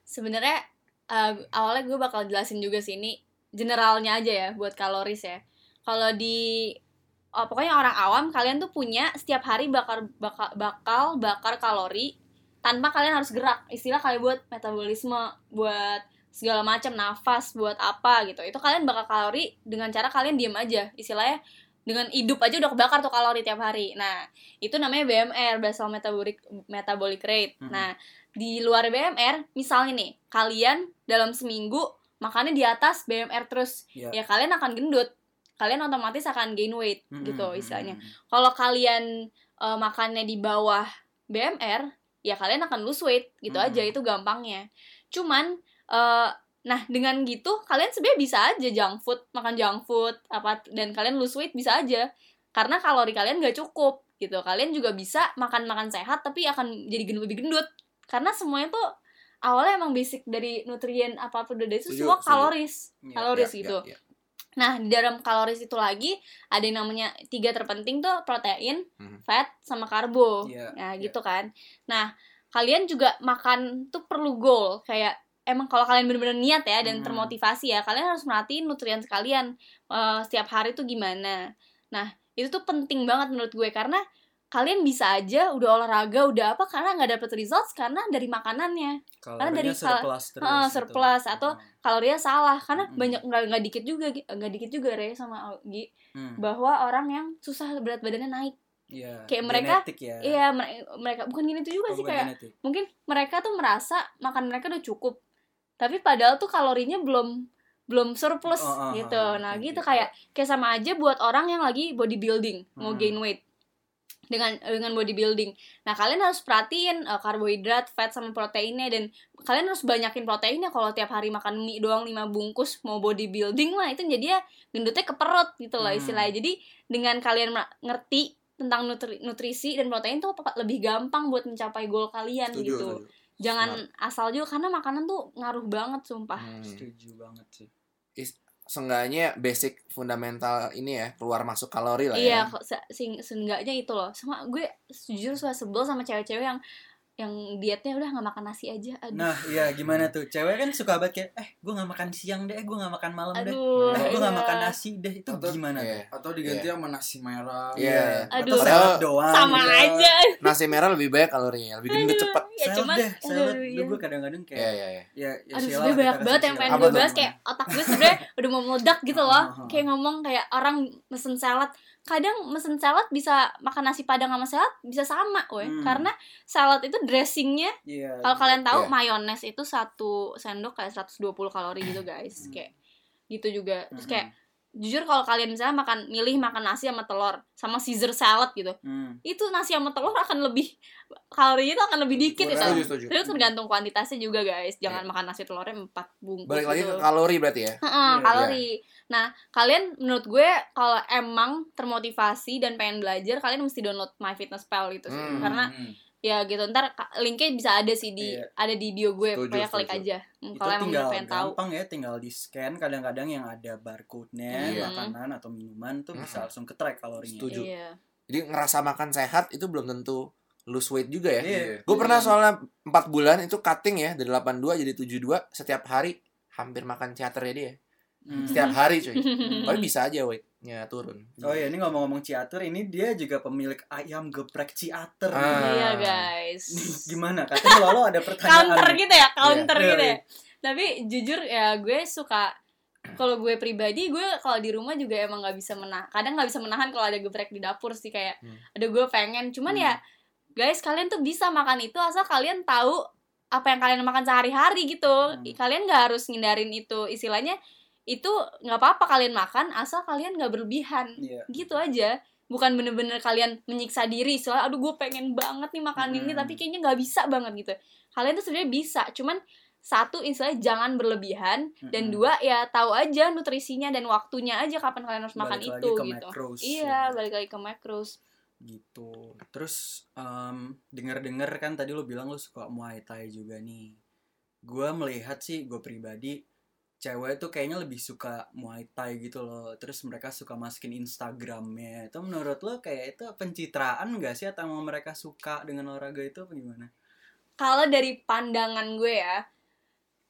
sebenarnya uh, awalnya gue bakal jelasin juga sih ini generalnya aja ya buat kaloris ya. Kalau di oh, pokoknya orang awam, kalian tuh punya setiap hari bakar bakal bakal bakar kalori tanpa kalian harus gerak. Istilah kayak buat metabolisme, buat segala macam, nafas, buat apa gitu. Itu kalian bakar kalori dengan cara kalian diem aja. Istilahnya dengan hidup aja udah kebakar tuh kalori tiap hari. Nah, itu namanya B M R, basal metabolic metabolic rate. Mm-hmm. Nah, di luar B M R, misalnya nih, kalian dalam seminggu makannya di atas B M R terus, yeah. ya kalian akan gendut. Kalian otomatis akan gain weight mm-hmm. gitu istilahnya. Mm-hmm. Kalau kalian uh, makannya di bawah B M R, ya kalian akan lose weight gitu mm-hmm. aja, itu gampangnya. Cuman uh, nah dengan gitu kalian sebenarnya bisa aja junk food, makan junk food apa dan kalian lose weight bisa aja. Karena kalori kalian gak cukup gitu. Kalian juga bisa makan-makan sehat tapi akan jadi gendut lebih gendut. Karena semuanya tuh awalnya emang basic dari nutrien apa-apa udah itu semua kaloris, yeah, kaloris yeah, gitu. Yeah, yeah. Nah, di dalam kaloris itu lagi ada yang namanya tiga terpenting tuh protein, mm-hmm. fat, sama karbo. Yeah, nah, yeah. gitu kan. Nah, kalian juga makan tuh perlu goal. Kayak emang kalau kalian benar-benar niat ya dan mm-hmm. termotivasi ya, kalian harus merhatiin nutrien sekalian uh, setiap hari tuh gimana. Nah, itu tuh penting banget menurut gue karena kalian bisa aja udah olahraga udah apa karena nggak dapet results karena dari makanannya, kalorinya karena dari surplus, terus, uh, surplus gitu. Atau hmm. kalorinya salah karena hmm. banyak nggak nggak dikit juga nggak dikit juga Re sama Augie hmm. bahwa orang yang susah berat badannya naik, yeah, kayak mereka ya. Iya mereka bukan gini tuh juga oh, sih kayak genetik. Mungkin mereka tuh merasa makan mereka udah cukup tapi padahal tuh kalorinya belum belum surplus oh, oh, gitu. Oh, nah gitu, gitu kayak kayak sama aja buat orang yang lagi bodybuilding hmm. mau gain weight dengan dengan bodybuilding. Nah, kalian harus perhatiin uh, karbohidrat, fat sama proteinnya dan kalian harus banyakin proteinnya. Kalau tiap hari makan mie doang lima bungkus mau bodybuilding lah itu jadinya gendutnya ke perut gitu loh hmm. istilahnya. Jadi dengan kalian ngerti tentang nutri- nutrisi dan protein tuh lebih gampang buat mencapai goal kalian. Setuju, gitu. Setuju. Jangan Smart. Asal juga karena makanan tuh ngaruh banget sumpah. Hmm. Setuju banget sih. Is- Seenggaknya basic fundamental ini ya keluar masuk kalori lah iya, ya. Iya, se- seenggaknya itu loh. Sama gue jujur suka sebel sama cewek-cewek yang yang dietnya udah nggak makan nasi aja. Aduh. Nah, iya gimana tuh? Cewek kan suka banget kayak eh gue nggak makan siang deh, gue nggak makan malam deh. Aduh, eh gue nggak iya. makan nasi deh. Itu atau, gimana? Iya. Atau diganti yeah. sama nasi merah. Iya. Yeah. Aduh. Atau salad doang. Sama gitu. aja. Nasi merah lebih banyak kalorinya, lebih gendut cepet. Ya salad cuman deh, salad. Iya. Gue kadang-kadang kayak Iya, iya, iya. Ya, ya aduh, silah, sebenernya banyak banget yang pengen gue bahas kayak otak gue sebenernya udah mau meledak gitu loh. Kayak ngomong kayak orang mesen salad. Kadang mesen salad bisa makan nasi padang sama salad bisa sama, weh. Hmm. Karena salad itu dressingnya, yeah, kalau kalian tahu yeah. mayones itu satu sendok kayak seratus dua puluh kalori gitu guys, hmm. kayak gitu juga. Terus kayak jujur kalau kalian misalnya makan milih makan nasi sama telur sama Caesar salad gitu, hmm. itu nasi sama telur akan lebih kalorinya itu akan lebih dikit ya kan. Itu tergantung kuantitasnya juga guys. Jangan yeah. makan nasi telurnya empat bungkus. Balik lagi gitu. ke kalori berarti ya. Heeh, yeah, kalori. Yeah. Nah, kalian menurut gue kalau emang termotivasi dan pengen belajar, kalian mesti download MyFitnessPal gitu sih. Hmm. Karena ya gitu, ntar linknya bisa ada sih di yeah. ada di bio gue, setuju, pokoknya klik aja kalau emang tinggal pengen tahu. Gampang ya, tinggal di scan. Kadang-kadang yang ada barcode-nya yeah. makanan atau minuman tuh hmm. bisa langsung ke track kalorinya. Setuju. Yeah. Jadi ngerasa makan sehat itu belum tentu lose weight juga ya. Yeah. Gue pernah soalnya empat bulan itu cutting ya dari delapan puluh dua jadi tujuh puluh dua setiap hari, hampir makan ciater ya dia. Hmm. Setiap hari cuy. Tapi bisa aja weightnya turun. Oh iya, ini ngomong-ngomong ciater, ini dia juga pemilik ayam geprek ciater. Ah. Iya guys. Gimana? Katanya lo ada pertanyaan. Counter gitu ya, counter yeah. gitu ya. Tapi jujur ya gue suka, kalau gue pribadi gue kalau di rumah juga emang nggak bisa menahan. Kadang nggak bisa menahan kalau ada geprek di dapur sih kayak. Hmm. Ada gue pengen. Cuman hmm. ya guys, kalian tuh bisa makan itu asal kalian tahu apa yang kalian makan sehari-hari gitu. Hmm. Kalian nggak harus ngindarin itu, istilahnya. Itu nggak apa-apa kalian makan asal kalian nggak berlebihan, yeah. gitu aja. Bukan bener-bener kalian menyiksa diri soalnya aduh gue pengen banget nih makan hmm. ini tapi kayaknya nggak bisa banget gitu. Kalian tuh sebenarnya bisa, cuman satu istilahnya jangan berlebihan hmm. dan dua ya tahu aja nutrisinya dan waktunya aja kapan kalian harus makan balik itu lagi ke gitu. Macros, iya ya. Balik lagi ke macros gitu. Terus um, dengar-dengar kan tadi lo bilang lo suka Muay Thai juga nih. Gue melihat sih, gue pribadi cewek tuh kayaknya lebih suka Muay Thai gitu loh. Terus mereka suka masukin Instagramnya. Itu menurut lo kayak itu pencitraan gak sih? Atau mereka suka dengan olahraga itu apa gimana? Kalau dari pandangan gue ya,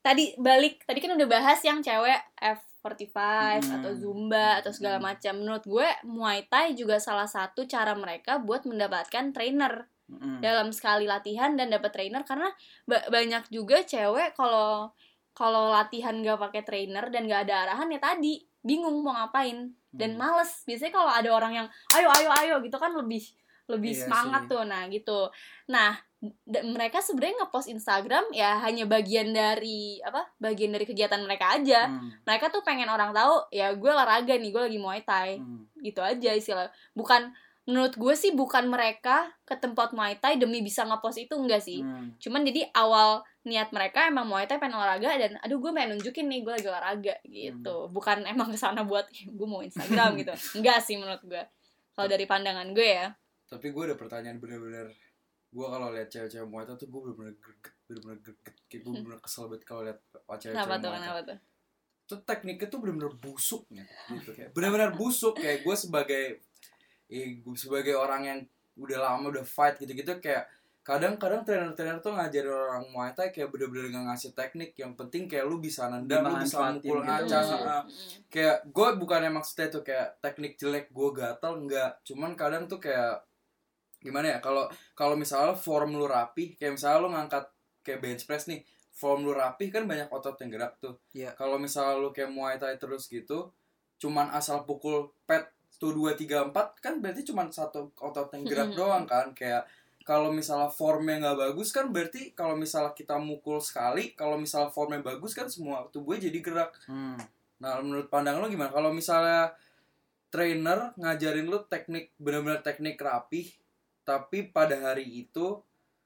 tadi balik tadi kan udah bahas yang cewek F empat puluh lima Hmm. atau Zumba atau segala Hmm. macam. Menurut gue Muay Thai juga salah satu cara mereka buat mendapatkan trainer Mm-mm. dalam sekali latihan dan dapat trainer, karena ba- banyak juga cewek kalau kalau latihan gak pakai trainer dan gak ada arahan ya tadi bingung mau ngapain dan Hmm. males. Biasanya kalau ada orang yang ayo ayo ayo gitu kan lebih lebih Iya semangat sih. tuh. Nah gitu. Nah d- mereka sebenarnya ngepost Instagram ya hanya bagian dari apa bagian dari kegiatan mereka aja. Hmm. Mereka tuh pengen orang tahu ya gue olahraga nih, gue lagi Muay Thai Hmm. gitu aja istilah. Bukan, menurut gue sih bukan mereka ke tempat Muay Thai demi bisa ngepost itu, enggak sih. Hmm. Cuman jadi awal niat mereka emang Muay Thai pengen olahraga dan aduh gue pengen nunjukin nih gue lagi olahraga gitu. Bukan emang kesana buat gue mau Instagram gitu. Enggak sih menurut gue. Kalau dari pandangan gue ya. Tapi gue ada pertanyaan bener-bener. Gue kalau lihat cewek-cewek Muay Thai tuh gue bener-bener greget, bener-bener greget. Kayak gue bener-bener kesel banget kalau lihat cewek-cewek Kenapa tuh? Muay Thai. Kenapa tuh? Tuh tekniknya tuh bener-bener busuk nih, gitu kayak bener-bener busuk. Kayak gue sebagai eh, gue sebagai orang yang udah lama udah fight gitu-gitu, kayak kadang-kadang trainer-trainer tuh ngajarin orang Muay Thai kayak bener-bener nggak ngasih teknik. Yang penting kayak lu bisa nendang, lu bisa Dimanfaatin mukul gitu. ngacang. Iya. ah. Kayak gue bukan emang maksudnya tuh kayak teknik jelek gue gatel, enggak. Cuman kadang tuh kayak gimana ya, kalau kalau misalnya form lu rapih, kayak misalnya lu ngangkat kayak bench press nih, form lu rapih kan banyak otot yang gerak tuh. Iya. Kalau misalnya lu kayak Muay Thai terus gitu, cuman asal pukul pet tuh dua tiga empat kan berarti cuman satu otot yang gerak Mm-mm. doang kan. Kayak kalau misalnya formnya nggak bagus kan berarti kalau misalnya kita mukul sekali, kalau misalnya formnya bagus kan semua tubuhnya jadi gerak. Hmm. Nah, menurut pandangan lo gimana? Kalau misalnya trainer ngajarin lo teknik, benar-benar teknik rapih, tapi pada hari itu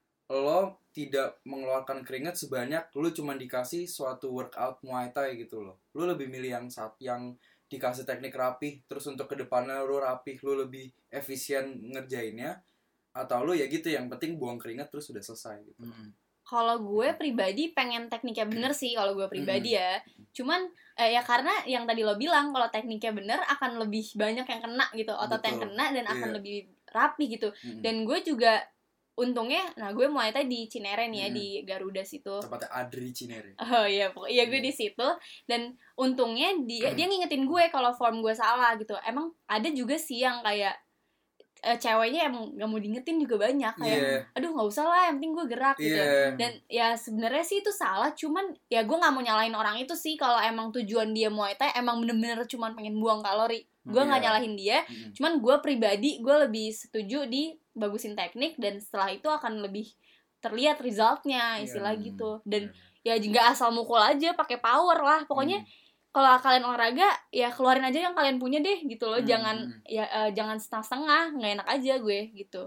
lo tidak mengeluarkan keringat sebanyak lo cuma dikasih suatu workout Muay Thai gitu loh. Lo lebih milih yang saat yang dikasih teknik rapih, terus untuk kedepannya lo rapih, lo lebih efisien ngerjainnya, atau lo ya gitu yang penting buang keringat terus udah selesai gitu. Hmm. Kalau gue pribadi pengen tekniknya bener sih kalau gue pribadi ya. Cuman eh, ya karena yang tadi lo bilang kalau tekniknya bener akan lebih banyak yang kena gitu, otot yang Betul. kena dan akan Iya. lebih rapi gitu. Mm-mm. Dan gue juga untungnya, nah gue Muay Thai di Cinere nih ya, Mm. di Garuda situ. Tepatnya Adri Cinere. Oh iya, pokoknya iya gue di situ. Dan untungnya dia dia ngingetin gue kalau form gue salah gitu. Emang ada juga sih yang kayak eh, ceweknya emang gak mau diingetin juga banyak kayak Iya. aduh nggak usah lah, yang penting gue gerak gitu. Iya. Dan ya sebenarnya sih itu salah, cuman ya gue nggak mau nyalain orang itu sih. Kalau emang tujuan dia Muay Thai emang bener-bener cuman pengen buang kalori, gue nggak Iya. nyalahin dia. Mm-mm. Cuman gue pribadi gue lebih setuju di bagusin teknik dan setelah itu akan lebih terlihat resultnya istilah Iya. gitu. Dan Bener. ya nggak asal mukul aja pakai power lah pokoknya. Hmm. Kalau kalian olahraga ya keluarin aja yang kalian punya deh gitu loh. Hmm, Jangan hmm. ya eh, jangan setengah-setengah, nggak enak aja gue gitu.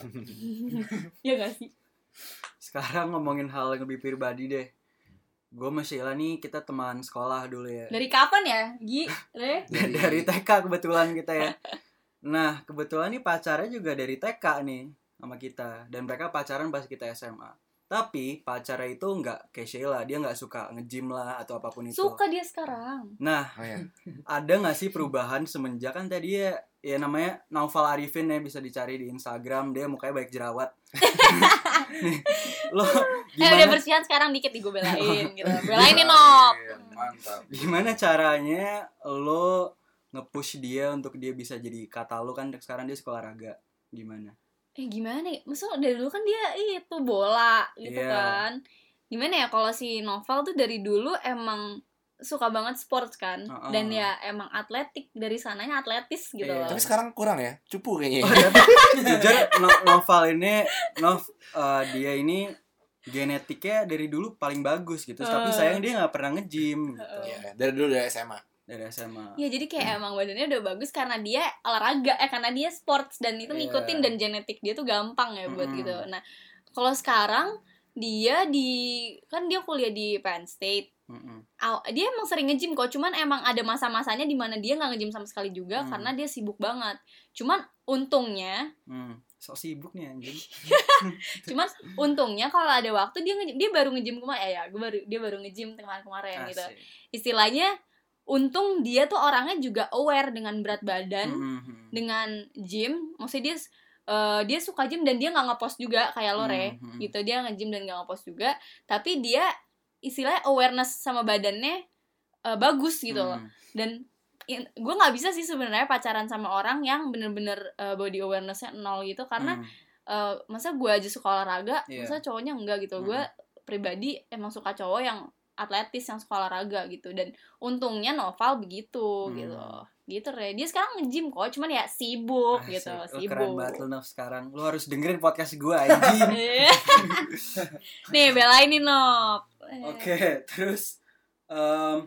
Ya gak sih? Sekarang ngomongin hal yang lebih pribadi deh. Gue sama Sheila nih kita teman sekolah dulu ya. Dari kapan ya, Gi? Re? Dari T K kebetulan kita ya. Nah kebetulan nih pacarnya juga dari T K nih sama kita. Dan mereka pacaran pas kita S M A. Tapi pacarnya itu nggak kayak Sheila. Dia nggak suka nge-gym lah atau apapun itu. Suka dia sekarang. Nah Oh ya. ada nggak sih perubahan semenjak kan tadi ya, ya namanya Naufal Arifin ya, bisa dicari di Instagram. Dia mukanya baik jerawat. Nih, lo Eh udah gimana bersihan sekarang dikit nih gue belain gitu. Belain nih Nop. Iya, mantap. gimana caranya lo nge-push dia untuk dia bisa jadi kata lo kan sekarang dia sekolah raga, gimana? Eh gimana ya? Maksudnya dari dulu kan dia itu bola gitu Iya. kan. Gimana ya kalau si Novel tuh dari dulu emang suka banget sports kan. Uh-uh. Dan ya emang atletik, dari sananya atletis gitu Iya. loh. Tapi sekarang kurang ya, cupu kayaknya. Oh, tapi jujur no- Novel ini Nov eh, dia ini genetiknya dari dulu paling bagus gitu. Tapi Uh. sayang dia nggak pernah nge-gym gitu. Iya, dari dulu dari S M A. Dari S M A. Ya jadi kayak emang badannya udah bagus karena dia olahraga, eh karena dia sports dan itu Iya. ngikutin dan genetik dia tuh gampang ya buat Mm-mm. gitu. Nah kalau sekarang dia di kan dia kuliah di Penn State. Mm-mm. Aw- dia emang sering nge-gym kok, cuman emang ada masa-masanya di mana dia nggak nge-gym sama sekali juga Hmm. karena dia sibuk banget. Cuman untungnya, Hmm. Sok sibuk nih anjing. cuman untungnya kalau ada waktu dia nge- dia baru nge-gym kemarin, eh, ya, gue baru dia baru nge-gym kemarin-kemarin gitu. Asik. Istilahnya untung dia tuh orangnya juga aware dengan berat badan, Mm-mm. dengan gym. Maksudnya dia eh, dia suka gym dan dia nggak ngepost juga kayak lo Re, Hmm, hmm. gitu. Dia nge-gym dan nggak ngepost juga, tapi dia istilahnya awareness sama badannya uh, bagus gitu loh. Hmm. Dan gue nggak bisa sih sebenarnya pacaran sama orang yang bener-bener uh, body awarenessnya nol gitu, karena Hmm. uh, masa gue aja suka olahraga, Iya. masa cowoknya enggak gitu. Hmm. Gue pribadi emang suka cowok yang atletis, yang suka olahraga gitu. Dan untungnya Noval begitu Hmm. gitu. Gitu Re. Dia sekarang nge-gym kok, cuman ya sibuk Ah, gitu, sih. Lu sibuk. keren banget lu Nov sekarang. Lu harus dengerin podcast gue anjing. Nih belain nih Nop. Oke, terus um,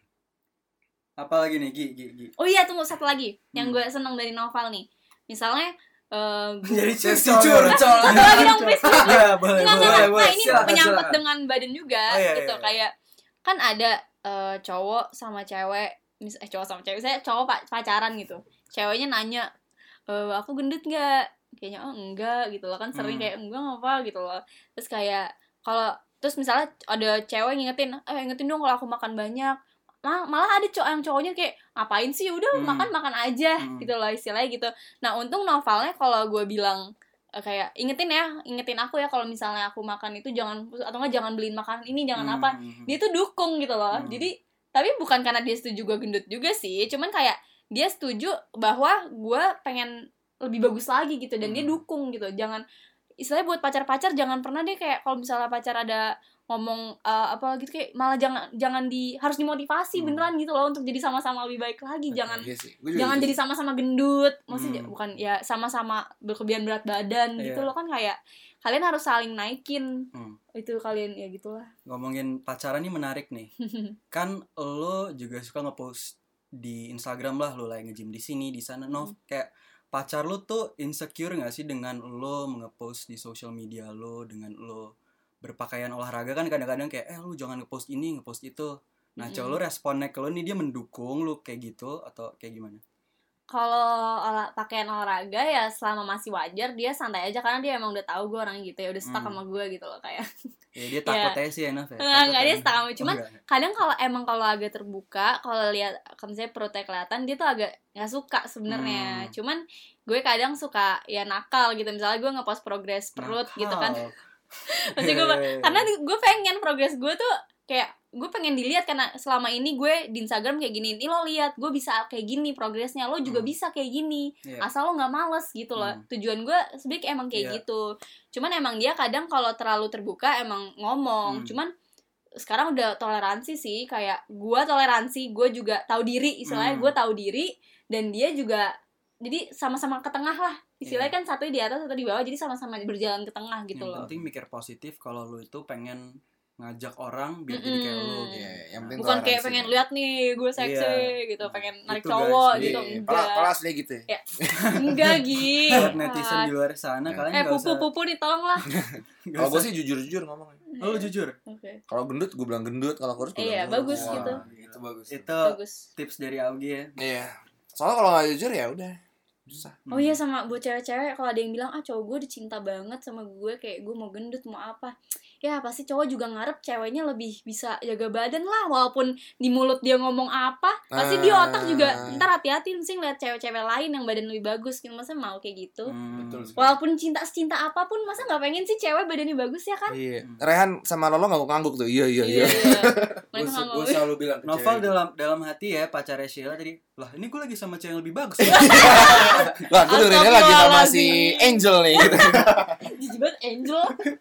apa lagi nih Gi, Gi, Gi. Oh iya, tunggu satu lagi yang Hmm. gue seneng dari Noval nih. Misalnya uh, Jadi Sesi jujur. curcol. satu lagi dong please. Iya, boleh, Nggak, boleh. nggak, boleh. nah, ini Silakan, menyangkut silakan. dengan badan juga Oh, iya, gitu. iya, iya. Kayak kan ada uh, cowok sama cewek, mis eh cowok sama cewek, saya cowok pa- pacaran gitu. Ceweknya nanya, e, aku gendut nggak? Kayaknya oh enggak gitu loh, kan sering Hmm. kayak enggak apa gitu loh. Terus kayak kalau terus misalnya ada cewek ngingetin, eh ingetin dong kalau aku makan banyak. Mal- malah ada cowok yang cowoknya kayak ngapain sih, udah Hmm. makan makan aja Hmm. gitu loh istilahnya gitu. Nah untung Novalnya kalau gue bilang eh, kayak ingetin ya, ingetin aku ya kalau misalnya aku makan itu jangan, atau enggak jangan beliin makanan ini, jangan Hmm, apa. hmm, Dia tuh dukung gitu loh. Hmm. Jadi tapi bukan karena dia setuju gue gendut juga sih, cuman kayak dia setuju bahwa gue pengen lebih bagus lagi gitu, dan dia Hmm. dukung gitu. Jangan istilahnya buat pacar-pacar jangan pernah deh kayak kalau misalnya pacar ada ngomong uh, apa gitu kayak malah jangan jangan di harus dimotivasi Hmm. beneran gitu loh untuk jadi sama-sama lebih baik lagi. Jangan Iya sih. Gua juga jangan gitu jadi sih. sama-sama gendut, maksudnya Hmm. bukan ya sama-sama berlebihan berat badan gitu Iya. loh, kan kayak kalian harus saling naikin. Hmm. Itu kalian ya gitulah. Ngomongin pacaran nih menarik nih. Kan lo juga suka ngepost di Instagram lah, lo lagi nge-gym di sini di sana. Nov, kayak pacar lo tuh insecure nggak sih dengan lo ngepost di social media lo, dengan lo berpakaian olahraga? Kan kadang-kadang kayak eh lo jangan ngepost ini, ngepost itu. Nah, cowok lo responnya ke lo nih, dia mendukung lo kayak gitu atau kayak gimana? Kalau olah, pakaian olahraga ya selama masih wajar, dia santai aja karena dia emang udah tahu gue orangnya gitu ya, udah stuck Hmm. sama gue gitu loh kayak. Ya dia takut aja sih ya, Nov ya. Enggak, Takut enggak, dia ya. stuck sama Oh, cuman enggak. kadang kalau emang kalau agak terbuka, kalau lihat kalau misalnya perutnya kelihatan, dia tuh agak nggak suka sebenarnya. Hmm. Cuman gue kadang suka ya nakal gitu, misalnya gue ngepost progres perut gitu kan. Nakal. Maksudnya gue Hehehe. karena gue pengen progres gue tuh kayak gue pengen dilihat, karena selama ini gue di Instagram kayak gini, ini lo lihat gue bisa kayak gini progresnya, lo juga Hmm. bisa kayak gini, Iya. asal lo nggak males gitu loh. Hmm. Tujuan gue sebenarnya emang kayak Iya. gitu. Cuman emang dia kadang kalau terlalu terbuka emang ngomong. Hmm. Cuman sekarang udah toleransi sih, kayak gue toleransi, gue juga tahu diri, istilahnya Hmm. gue tahu diri, dan dia juga, jadi sama-sama ke tengah lah. Istilahnya Iya. kan satu di atas, satu di bawah, jadi sama-sama berjalan ke tengah gitu Yang loh. penting mikir positif kalau lo itu pengen ngajak orang biar jadi kayak lo Mm-mm. gitu. Iya, yang penting Bukan kayak toleransi. pengen lihat nih gue seksi Iya. gitu, pengen narik Itu, cowok guys. gitu, Iya, enggak. pala- Palas deh gitu ya. Ya, enggak Gi. Buat netizen di luar sana kalian Eh nggak usah. pupu-pupu nih tolonglah. nggak Kalau gue usah- sih jujur-jujur ngomong. Oh, lo jujur. Oke. Kalau gendut gue bilang gendut, kalau kurus gue Iya, bilang bagus kurus. gitu. Wah, Itu bagus. Itu Bagus. tips dari Augie ya. Iya. Soalnya kalau nggak jujur ya udah susah. Oh iya, sama buat cewek-cewek kalau ada yang bilang ah cowok gue udah cinta banget sama gue, kayak gue mau gendut mau apa, ya pasti cowok juga ngarep ceweknya lebih bisa jaga badan lah, walaupun di mulut dia ngomong apa pasti di otak juga ntar hati-hati mesti ngeliat cewek-cewek lain yang badan lebih bagus gitu, masa mau kayak gitu. Hmm. Betul. Walaupun cinta secinta apapun, masa nggak pengen sih cewek badannya bagus ya kan? Iya. Rehan sama Lolo ngangguk-ngangguk tuh. Iya iya iya. Mereka nggak mau. Gue selalu bilang ke Novel cewek, dalam dalam hati ya pacarnya Sheila tadi, lah ini gue lagi sama cewek yang lebih bagus. Lah gue dengerinnya lagi sama si Astagfirullahaladzim. Angel nih gitu. Jijik banget Angel.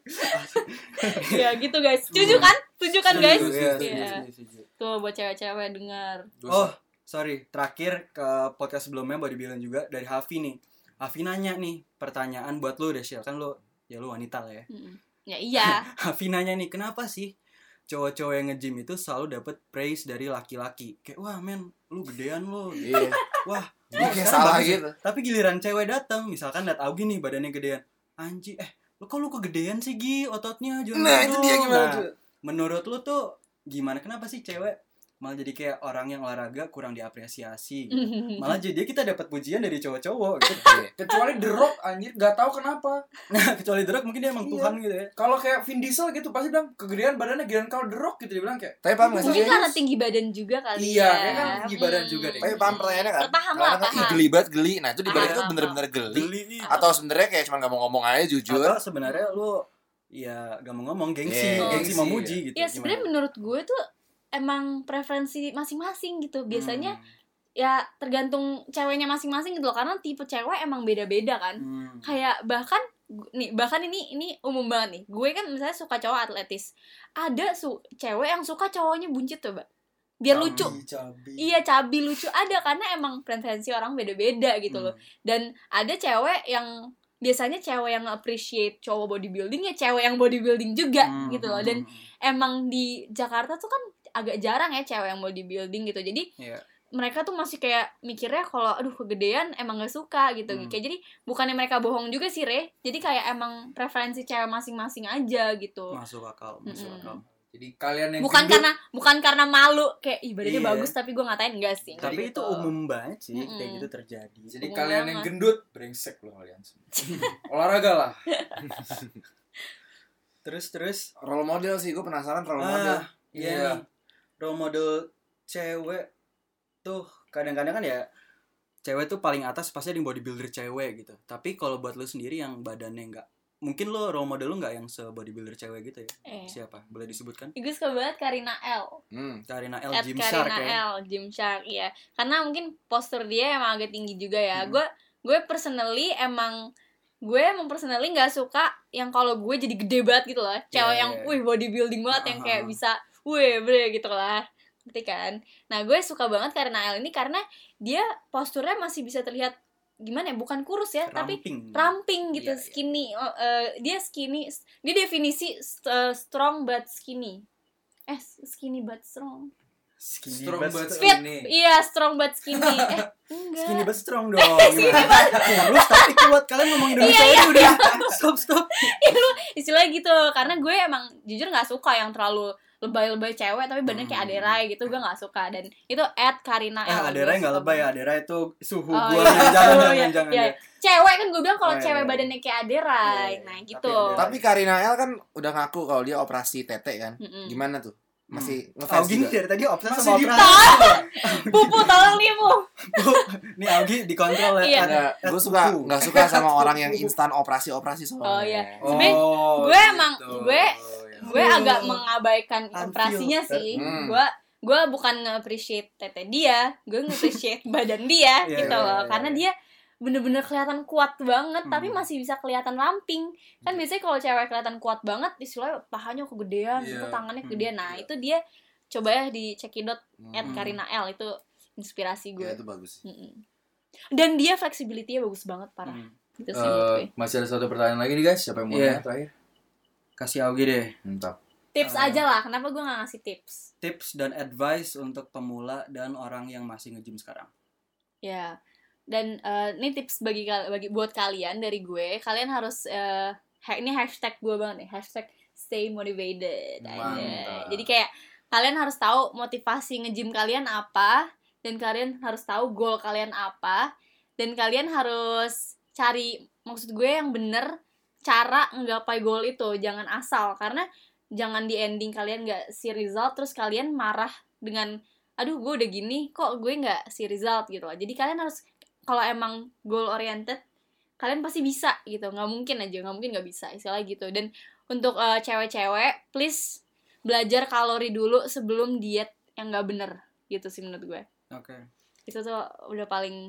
Ya gitu guys. Setuju kan? Setuju kan guys? Setuju, iya, setuju, Iya. setuju, setuju. Tuh buat cewek-cewek dengar. Oh, sorry. Terakhir ke podcast sebelumnya bodybuilding juga dari Hafi nih. Hafi nanya nih pertanyaan buat lo deh, Shil. Kan lo, ya lo wanita lah ya. Mm-mm. Ya iya. Hafi nanya nih, kenapa sih cowok-cowok yang nge-gym itu selalu dapet praise dari laki-laki? Kayak, wah men, lu gedean lo. Iya. Wah, Jadi lu kayak sekarang salah bagus ya. gitu. Tapi giliran cewek datang, misalkan liat Augie nih badannya gedean. Anji, eh, lu kok lu kegedean sih Gi ototnya? Jangan Nah, gitu itu dia dong." gimana Nah, tuh? menurut lu tuh gimana? Kenapa sih cewek malah jadi kayak orang yang olahraga kurang diapresiasi gitu? Malah jadi kita dapat pujian dari cowok-cowok gitu. kecuali The Rock anjir, nggak tahu kenapa. Nah, kecuali The Rock mungkin dia emang Iya. Tuhan gitu ya. Kalau kayak Vin Diesel gitu pasti bilang kegedean badannya gedean, kalau The Rock gitu dia bilang kayak Tapi paham gak sih? Mungkin Jay? karena tinggi badan juga kali Iya, ya. kayak kan tinggi badan juga deh. Tapi paham pertanyaannya kan? Paham lah, Kadang-kadang, paham. Ih geli banget geli. Nah itu di balik Paham, itu paham. bener-bener geli. Geli nih. Atau sebenarnya kayak cuma gak mau ngomong aja jujur. Atau sebenarnya lu ya gak mau ngomong gengsi, Yeah. gengsi Gengsi, memuji gitu. Ya sebenarnya Gimana? menurut gue tuh emang preferensi masing-masing gitu. Biasanya Hmm. ya tergantung ceweknya masing-masing gitu loh, karena tipe cewek emang beda-beda kan. Hmm. Kayak bahkan gu- nih bahkan ini ini umum banget nih. Gue kan misalnya suka cowok atletis. Ada su cewek yang suka cowoknya buncit tuh, Mbak. Biar lucu. Cabi. Iya, cabi lucu ada karena emang preferensi orang beda-beda gitu loh. Dan ada cewek yang biasanya cewek yang appreciate cowok bodybuilding ya cewek yang bodybuilding juga Hmm. gitu loh. Dan emang di Jakarta tuh kan agak jarang ya cewek yang bodybuilding gitu. Jadi Iya. mereka tuh masih kayak mikirnya kalau aduh kegedean emang gak suka gitu. Hmm. Kayak jadi bukannya mereka bohong juga sih, Re. Jadi kayak emang preferensi cewek masing-masing aja gitu. Masuk akal, masuk Mm-mm. akal. Jadi kalian yang Bukan gendut, karena bukan karena malu kayak ih badannya Iya. bagus tapi gue ngatain enggak sih. Tapi Kayak itu gitu. umum banget sih Mm-mm. kayak gitu terjadi. jadi Umum kalian yang banget. gendut brengsek loh kalian semua. Olahraga lah. Terus terus Role model sih, gue penasaran role model. ah, iya. Iya. nih. Role model cewek tuh kadang-kadang kan ya cewek tuh paling atas pasti ada yang bodybuilder cewek gitu. Tapi kalau buat lu sendiri yang badannya enggak, mungkin lo role model lu enggak yang se bodybuilder cewek gitu ya? Eh. Siapa? Boleh disebutkan? Gue suka banget Karina L. Hmm. Karina L At Gymshark Karina ya. L Gymshark, iya. Karena mungkin postur dia emang agak tinggi juga ya. Hmm. Gue gue personally emang gue emang personally nggak suka yang kalau gue jadi gede banget gitu loh. Cewek Yeah, yang yeah. wih bodybuilding banget yang kayak Uh-huh. bisa wih bre gitu lah. Ngerti kan? Nah, gue suka banget Karina L ini karena dia posturnya masih bisa terlihat gimana ya? Bukan kurus ya, tapi Ramping. ramping gitu, Iya, iya. skinny. Oh, eh, dia skinny. Dia definisi uh, strong but skinny. Eh, skinny but strong. Skinny Strong but but strong. Fit, Skinny. iya strong but skinny. Eh, enggak. Skinny but strong dong. Kurus tapi kuat. Kalian ngomong Indonesia Iya, aja udah. Stop stop. Istilahnya gitu, karena gue emang jujur nggak suka yang terlalu lebay-lebay cewek tapi badannya kayak Hmm. Aderai gitu, gue nggak suka. Dan itu at Karina Eh, L. Adera Gue nggak suka lebay ya. banget. Adera itu suhu Oh, gua. iya. Jangan Oh, jangan iya, jangan. iya. ya. Cewek kan gue bilang kalau Oh, iya, cewek iya. badannya kayak Aderai. Iya, Nah, tapi gitu. Aderai- Tapi Karina L kan udah ngaku kalau dia operasi tete kan. Mm-mm. Gimana tuh? Masih Hmm. ngefans Augi juga. dari tadi obses Masih sama di- operasi. Pupu tolong nih, Pu. Nih Augi dikontrol ya. Iya. Nggak, gue suka nggak suka sama orang yang instan operasi-operasi soalnya. Oh, iya. Oh, Sebenarnya gue emang- gitu. gue- Ya. Gue Oh. agak mengabaikan Unfiltered. operasinya sih. Hmm. Gue gue bukan nge-appreciate tete dia, gue nge-appreciate badan dia Iya, gitu iya, loh. iya, Karena iya. dia bener-bener kelihatan kuat banget, Hmm. tapi masih bisa kelihatan ramping. Kan biasanya kalau cewek kelihatan kuat banget, istilahnya pahanya kegedean, Iya. itu tangannya Hmm, kegedean. Nah, iya. itu dia coba ya di cekidot at Hmm. Karina L, itu inspirasi gue. Ya, itu bagus. Mm-mm. Dan dia flexibility-nya bagus banget, parah. Hmm. Gitu sih menurut gue. Eh, masih ada satu pertanyaan lagi nih guys. Siapa yang mau Iya. nanya terakhir? Kasih Augi deh. Mantap. Tips uh, aja lah, kenapa gue gak ngasih tips? Tips dan advice untuk pemula dan orang yang masih nge-gym sekarang. Ya, dan eh, ini tips bagi kal- bagi buat kalian dari gue, kalian harus eh, ha- ini hashtag gue banget nih, hashtag stay motivated. Mantap. Aja. Jadi kayak kalian harus tahu motivasi nge-gym kalian apa, dan kalian harus tahu goal kalian apa, dan kalian harus cari maksud gue yang bener cara nggapai goal itu, jangan asal, karena jangan di ending kalian nggak see result terus kalian marah dengan aduh gue udah gini kok gue nggak see result gitu loh. Jadi kalian harus kalau emang goal oriented kalian pasti bisa gitu, nggak mungkin aja nggak mungkin nggak bisa istilah gitu. Dan untuk uh, cewek-cewek please belajar kalori dulu sebelum diet yang nggak bener gitu sih menurut gue. Oke. Itu tuh udah paling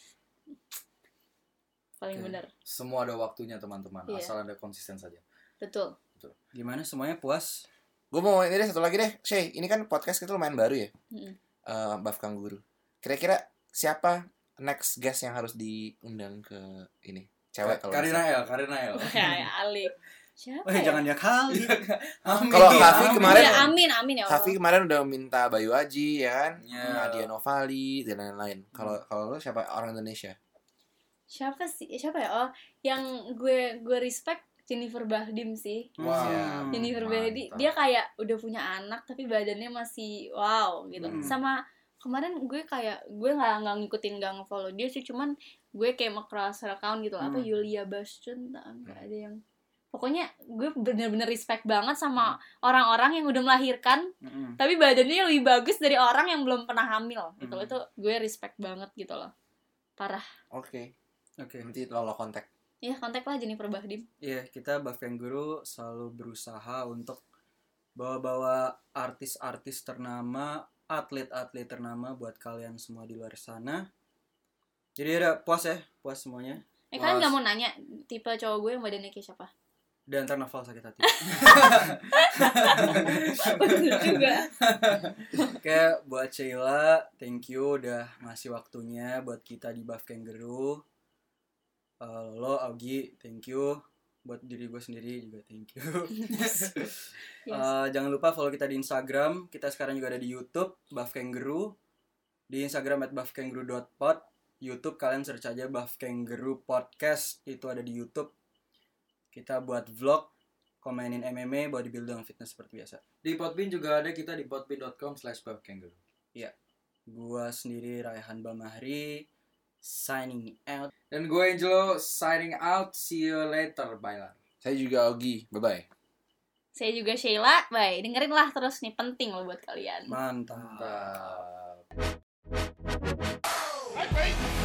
paling Oke. bener. Semua ada waktunya teman-teman. Iya. Asal ada konsisten saja. Betul. Gimana semuanya puas? Gue mau ini deh satu lagi deh. Shay, ini kan podcast kita lumayan baru ya. Mm. Eh, Buff Kangguru. Kira-kira siapa next guest yang harus diundang ke ini? Cewek kalau Karina bisa. L, Karina L. Ya, ya Ali. Siapa Eh ya? jangan ya kali. Amin. Kalau Amin. Hafi kemarin Ya, amin amin ya Allah. Hafi kemarin udah minta Bayu Aji ya kan, Ya. Nadia Novali dan lain-lain. Kalau kalau lo siapa orang Indonesia? Siapa sih? Siapa ya? Oh, yang gue gue respect Jennifer Bahdim sih. Wow. Hmm. Jennifer mantap. Bahdim dia kayak udah punya anak tapi badannya masih wow gitu. Hmm. Sama kemarin gue kayak gue nggak nggak ngikutin nggak ngefollow dia sih, cuman gue kayak nge-cross account gitu. Apa Hmm. Yulia Bastion nggak ada yang pokoknya gue bener-bener respect banget sama orang-orang yang udah melahirkan Mm-mm. tapi badannya lebih bagus dari orang yang belum pernah hamil gitu. Hmm. Itu gue respect banget gitu loh, parah. Oke, Oke. nanti lo lo kontak. Ya kontak lah Jennifer Bahdim. Iya, kita Buff Kangaroo selalu berusaha untuk bawa-bawa artis-artis ternama, atlet-atlet ternama buat kalian semua di luar sana. Jadi ada puas ya, puas semuanya. Eh kalian nggak mau nanya tipe cowok gue yang badannya kayak siapa? Dan ntar Novel sakit hati. Bener juga. Oke, buat Sheila, thank you udah ngasih waktunya buat kita di Buff Kangaroo. Uh, lo, Augie, thank you. Buat diri gue sendiri juga thank you. Yes. Uh, jangan lupa follow kita di Instagram. Kita sekarang juga ada di YouTube, Buff Kangaroo. Di Instagram at buff kangaroo dot pod. YouTube kalian search aja Buff Kangaroo Podcast. Itu ada di YouTube. Kita buat vlog, komenin M M A, bodybuilding, fitness seperti biasa. Di Podbean juga ada, kita di podbean dot com slash buff kangaroo. Iya. Gua sendiri Raihan Bamahri signing out. Dan gue Angelo signing out. See you later. Bye lah. Saya juga Augie. Bye-bye. Saya juga Sheila. Bye. Dengerin lah terus nih, penting loh buat kalian. Mantap. Mantap. Hey, wait.